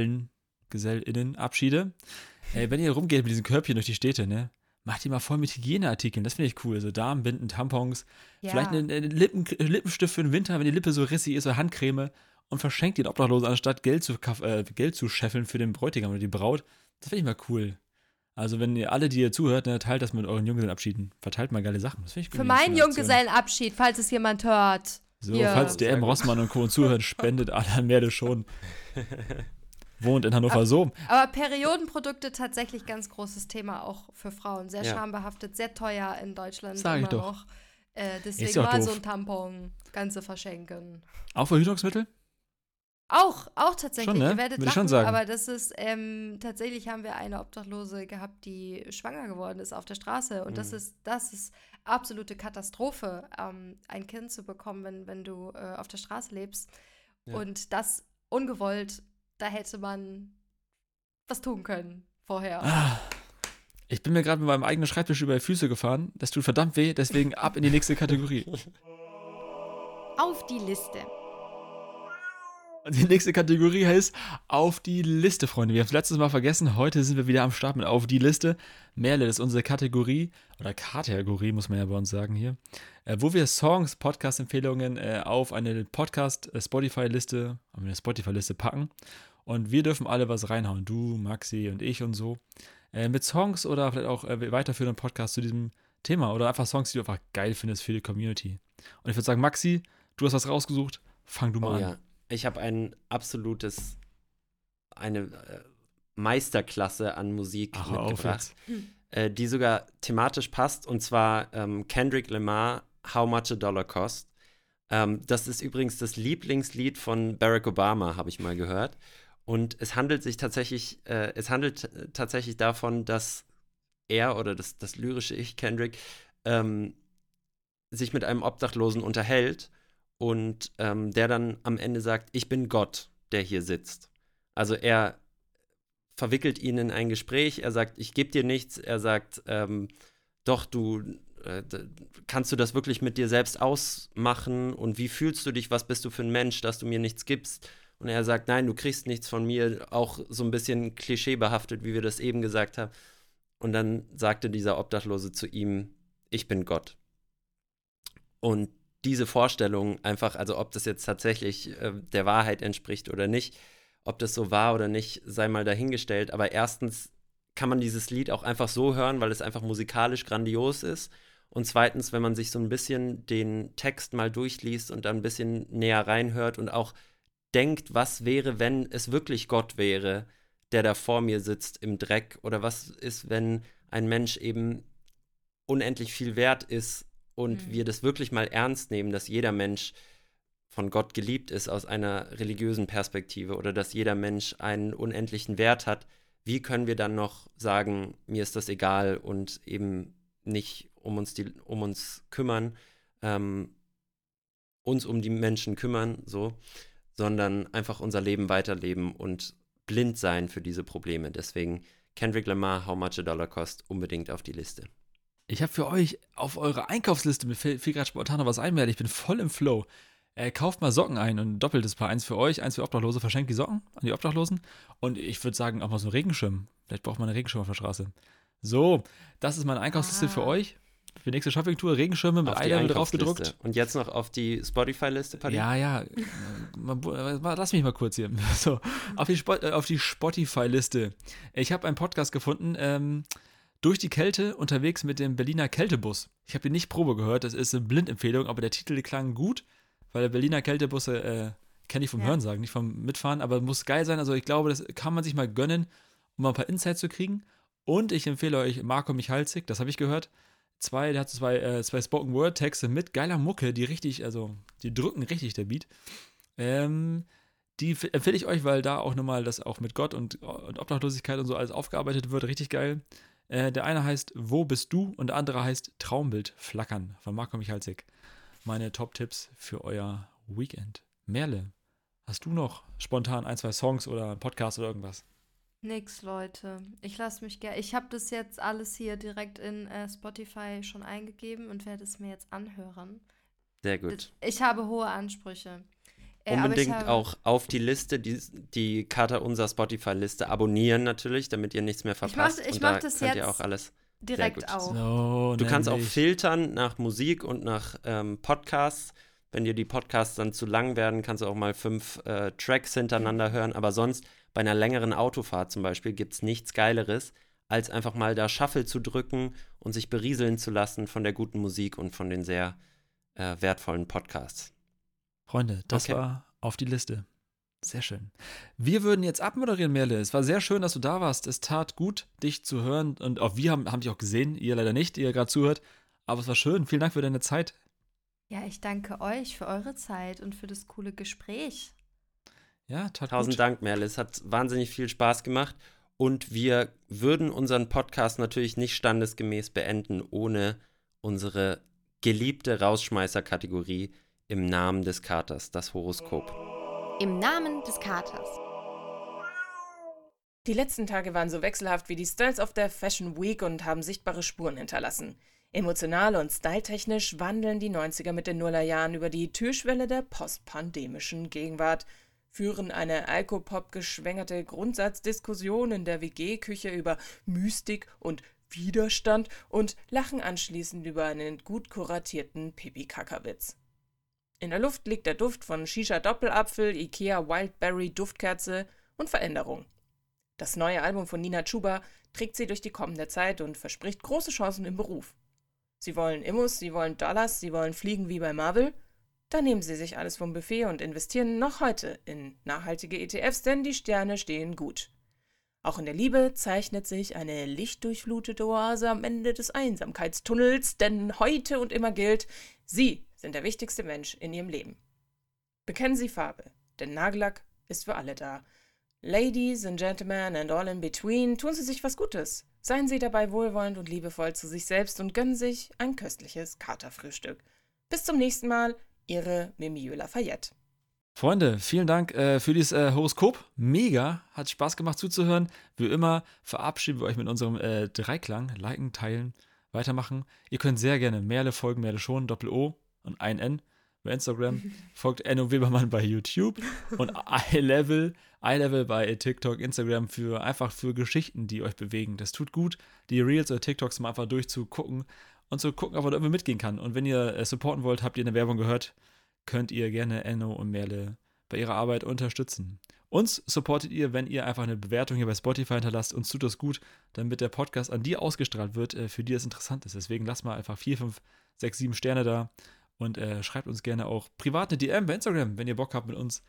GesellInnen-Abschiede. Wenn ihr rumgeht mit diesen Körbchen durch die Städte, ne, macht die mal voll mit Hygieneartikeln. Das finde ich cool. So Darmbinden, Tampons, Ja. vielleicht einen Lippenstift für den Winter, wenn die Lippe so rissig ist, oder Handcreme und verschenkt die den Obdachlosen, anstatt Geld zu scheffeln für den Bräutigam oder die Braut. Das finde ich mal cool. Also wenn ihr alle, die ihr zuhört, ne, teilt das mit euren Junggesellenabschieden. Verteilt mal geile Sachen. Das finde ich gut. Für meinen Junggesellenabschied, falls es jemand hört. So, Ja. falls der M. Rossmann und Co. zuhört, spendet alle an Merde schon. wohnt in Hannover. So. Aber Periodenprodukte tatsächlich ganz großes Thema auch für Frauen. Sehr Ja. schambehaftet, sehr teuer in Deutschland Sag ich immer doch. noch. Ist Deswegen ja auch mal doof. so ein Tampon, ganze verschenken. Auch Verhütungsmittel? Auch tatsächlich, Schon, ne? ihr werdet Würde ich lachen, schon sagen. aber das ist, tatsächlich haben wir eine Obdachlose gehabt, die schwanger geworden ist auf der Straße und das ist absolute Katastrophe, ein Kind zu bekommen, wenn du auf der Straße lebst Ja. und das ungewollt, da hätte man was tun können vorher. Ich bin mir gerade mit meinem eigenen Schreibtisch über die Füße gefahren. Das tut verdammt weh, deswegen ab in die nächste Kategorie. Auf die Liste. Und die nächste Kategorie heißt Auf die Liste, Freunde. Wir haben es letztes Mal vergessen. Heute sind wir wieder am Start mit Auf die Liste. Merle, das ist unsere Kategorie, oder Kategorie, muss man ja bei uns sagen hier, wo wir Songs, Podcast-Empfehlungen auf eine Podcast-Spotify-Liste, eine Spotify-Liste packen. Und wir dürfen alle was reinhauen. Du, Maxi und ich und so. Mit Songs oder vielleicht auch weiterführenden Podcasts zu diesem Thema. Oder einfach Songs, die du einfach geil findest für die Community. Und ich würde sagen, Maxi, du hast was rausgesucht. Fang du mal an. Ja. Ich habe eine Meisterklasse an Musik Ach, hör auf mitgebracht, die sogar thematisch passt, und zwar Kendrick Lamar, How Much a Dollar Cost. Das ist übrigens das Lieblingslied von Barack Obama, habe ich mal gehört. Und es handelt tatsächlich davon, dass er oder das lyrische Ich, Kendrick, sich mit einem Obdachlosen unterhält und der dann am Ende sagt, ich bin Gott, der hier sitzt. Also er verwickelt ihn in ein Gespräch, er sagt, ich gebe dir nichts, er sagt, doch, kannst du das wirklich mit dir selbst ausmachen und wie fühlst du dich, was bist du für ein Mensch, dass du mir nichts gibst? Und er sagt, nein, du kriegst nichts von mir, auch so ein bisschen klischeebehaftet, wie wir das eben gesagt haben. Und dann sagte dieser Obdachlose zu ihm, ich bin Gott. Und diese Vorstellung einfach, also ob das jetzt tatsächlich der Wahrheit entspricht oder nicht, ob das so war oder nicht, sei mal dahingestellt. Aber erstens kann man dieses Lied auch einfach so hören, weil es einfach musikalisch grandios ist. Und zweitens, wenn man sich so ein bisschen den Text mal durchliest und dann ein bisschen näher reinhört und auch denkt, was wäre, wenn es wirklich Gott wäre, der da vor mir sitzt im Dreck? Oder was ist, wenn ein Mensch eben unendlich viel wert ist und wir das wirklich mal ernst nehmen, dass jeder Mensch von Gott geliebt ist aus einer religiösen Perspektive oder dass jeder Mensch einen unendlichen Wert hat? Wie können wir dann noch sagen, mir ist das egal und eben nicht um uns kümmern, uns um die Menschen kümmern, so, sondern einfach unser Leben weiterleben und blind sein für diese Probleme. Deswegen Kendrick Lamar, How Much a Dollar Cost, unbedingt auf die Liste. Ich habe für euch auf eure Einkaufsliste, mir fiel gerade spontan noch was ein, ich bin voll im Flow. Kauft mal Socken ein und ein doppeltes Paar. Eins für euch, eins für Obdachlose. Verschenkt die Socken an die Obdachlosen. Und ich würde sagen, auch mal so einen Regenschirm. Vielleicht braucht man einen Regenschirm auf der Straße. So, das ist meine Einkaufsliste für euch. Für die nächste Shoppingtour. Regenschirme mit Eye-Level drauf gedruckt. Und jetzt noch auf die Spotify-Liste, Paddy? Ja. Lass mich mal kurz hier. So, auf die Spotify-Liste. Ich habe einen Podcast gefunden, durch die Kälte unterwegs mit dem Berliner Kältebus. Ich habe ihn nicht Probe gehört, das ist eine Blindempfehlung, aber der Titel klang gut, weil der Berliner Kältebusse kenne ich vom Hörensagen, nicht vom Mitfahren, aber muss geil sein. Also ich glaube, das kann man sich mal gönnen, um mal ein paar Insights zu kriegen. Und ich empfehle euch Marco Michalzik, das habe ich gehört. Der hat zwei Spoken-Word-Texte mit geiler Mucke, die richtig, also die drücken richtig, der Beat. Die empfehle ich euch, weil da auch nochmal das auch mit Gott und Obdachlosigkeit und so alles aufgearbeitet wird. Richtig geil. Der eine heißt Wo bist du? Und der andere heißt Traumbild flackern von Marco Michalzik. Meine Top-Tipps für euer Weekend. Merle, hast du noch spontan ein, zwei Songs oder einen Podcast oder irgendwas? Nix, Leute. Ich lasse mich gerne. Ich habe das jetzt alles hier direkt in Spotify schon eingegeben und werde es mir jetzt anhören. Sehr gut. Ich habe hohe Ansprüche. Unbedingt auch auf die Liste, die Kater unserer Spotify-Liste abonnieren natürlich, damit ihr nichts mehr verpasst. Ich mach das könnt jetzt ihr auch alles direkt auch. So, du kannst auch filtern nach Musik und nach Podcasts. Wenn dir die Podcasts dann zu lang werden, kannst du auch mal 5 Tracks hintereinander hören. Aber sonst bei einer längeren Autofahrt zum Beispiel gibt es nichts Geileres, als einfach mal da Shuffle zu drücken und sich berieseln zu lassen von der guten Musik und von den sehr wertvollen Podcasts. Freunde, das war auf die Liste. Sehr schön. Wir würden jetzt abmoderieren, Merle. Es war sehr schön, dass du da warst. Es tat gut, dich zu hören. Und auch wir haben dich auch gesehen. Ihr leider nicht, ihr gerade zuhört. Aber es war schön. Vielen Dank für deine Zeit. Ja, ich danke euch für eure Zeit und für das coole Gespräch. Ja, tat Tausend gut. Dank, Merle. Es hat wahnsinnig viel Spaß gemacht. Und wir würden unseren Podcast natürlich nicht standesgemäß beenden, ohne unsere geliebte Rausschmeißer-Kategorie im Namen des Katers, das Horoskop. Im Namen des Katers. Die letzten Tage waren so wechselhaft wie die Styles auf der Fashion Week und haben sichtbare Spuren hinterlassen. Emotional und styletechnisch wandeln die 90er mit den Nullerjahren über die Türschwelle der postpandemischen Gegenwart, führen eine Alkopop-geschwängerte Grundsatzdiskussion in der WG-Küche über Mystik und Widerstand und lachen anschließend über einen gut kuratierten Pipi-Kaka-Witz. In der Luft liegt der Duft von Shisha-Doppelapfel, Ikea Wildberry-Duftkerze und Veränderung. Das neue Album von Nina Chuba trägt sie durch die kommende Zeit und verspricht große Chancen im Beruf. Sie wollen Immos, sie wollen Dollars, sie wollen fliegen wie bei Marvel. Dann nehmen sie sich alles vom Buffet und investieren noch heute in nachhaltige ETFs, denn die Sterne stehen gut. Auch in der Liebe zeichnet sich eine lichtdurchflutete Oase am Ende des Einsamkeitstunnels, denn heute und immer gilt, Sie sind der wichtigste Mensch in Ihrem Leben. Bekennen Sie Farbe, denn Nagellack ist für alle da. Ladies and Gentlemen and all in between, tun Sie sich was Gutes. Seien Sie dabei wohlwollend und liebevoll zu sich selbst und gönnen sich ein köstliches Katerfrühstück. Bis zum nächsten Mal, Ihre Mimi Lafayette. Freunde, vielen Dank für dieses Horoskop. Mega, hat Spaß gemacht zuzuhören. Wie immer verabschieden wir euch mit unserem Dreiklang. Liken, teilen, weitermachen. Ihr könnt sehr gerne Merle folgen, Merle schon, Doppel-O und ein N bei Instagram. Folgt Enno Webermann bei YouTube und iLevel bei TikTok, Instagram einfach für Geschichten, die euch bewegen. Das tut gut, die Reels oder TikToks mal einfach durchzugucken und zu gucken, ob man da irgendwie mitgehen kann. Und wenn ihr supporten wollt, habt ihr eine Werbung gehört, könnt ihr gerne Enno und Merle bei ihrer Arbeit unterstützen. Uns supportet ihr, wenn ihr einfach eine Bewertung hier bei Spotify hinterlasst. Uns tut das gut, damit der Podcast an die ausgestrahlt wird, für die es interessant ist. Deswegen lasst mal einfach 4, 5, 6, 7 Sterne da und schreibt uns gerne auch privat eine DM bei Instagram, wenn ihr Bock habt, mit uns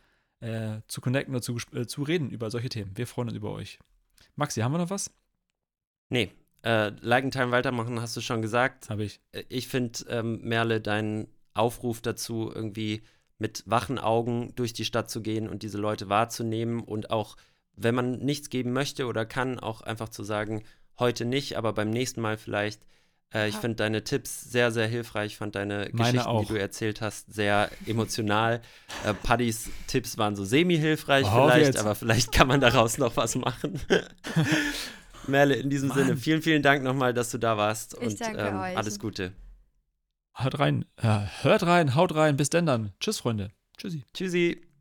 zu connecten oder zu reden über solche Themen. Wir freuen uns über euch. Maxi, haben wir noch was? Nee, liken, teilen, weitermachen, hast du schon gesagt. Habe ich. Ich finde, Merle, deinen Aufruf dazu, irgendwie mit wachen Augen durch die Stadt zu gehen und diese Leute wahrzunehmen und auch, wenn man nichts geben möchte oder kann, auch einfach zu sagen, heute nicht, aber beim nächsten Mal vielleicht. Ich finde deine Tipps sehr, sehr hilfreich. Ich fand deine Geschichten, auch. die du erzählt hast, sehr emotional. Paddys Tipps waren so semi-hilfreich Oh, vielleicht, jetzt. aber vielleicht kann man daraus noch was machen. Merle, in diesem Sinne, vielen, vielen Dank nochmal, dass du da warst Ich und danke euch. alles Gute. Hört rein, haut rein, bis denn dann. Tschüss, Freunde. Tschüssi. Tschüssi.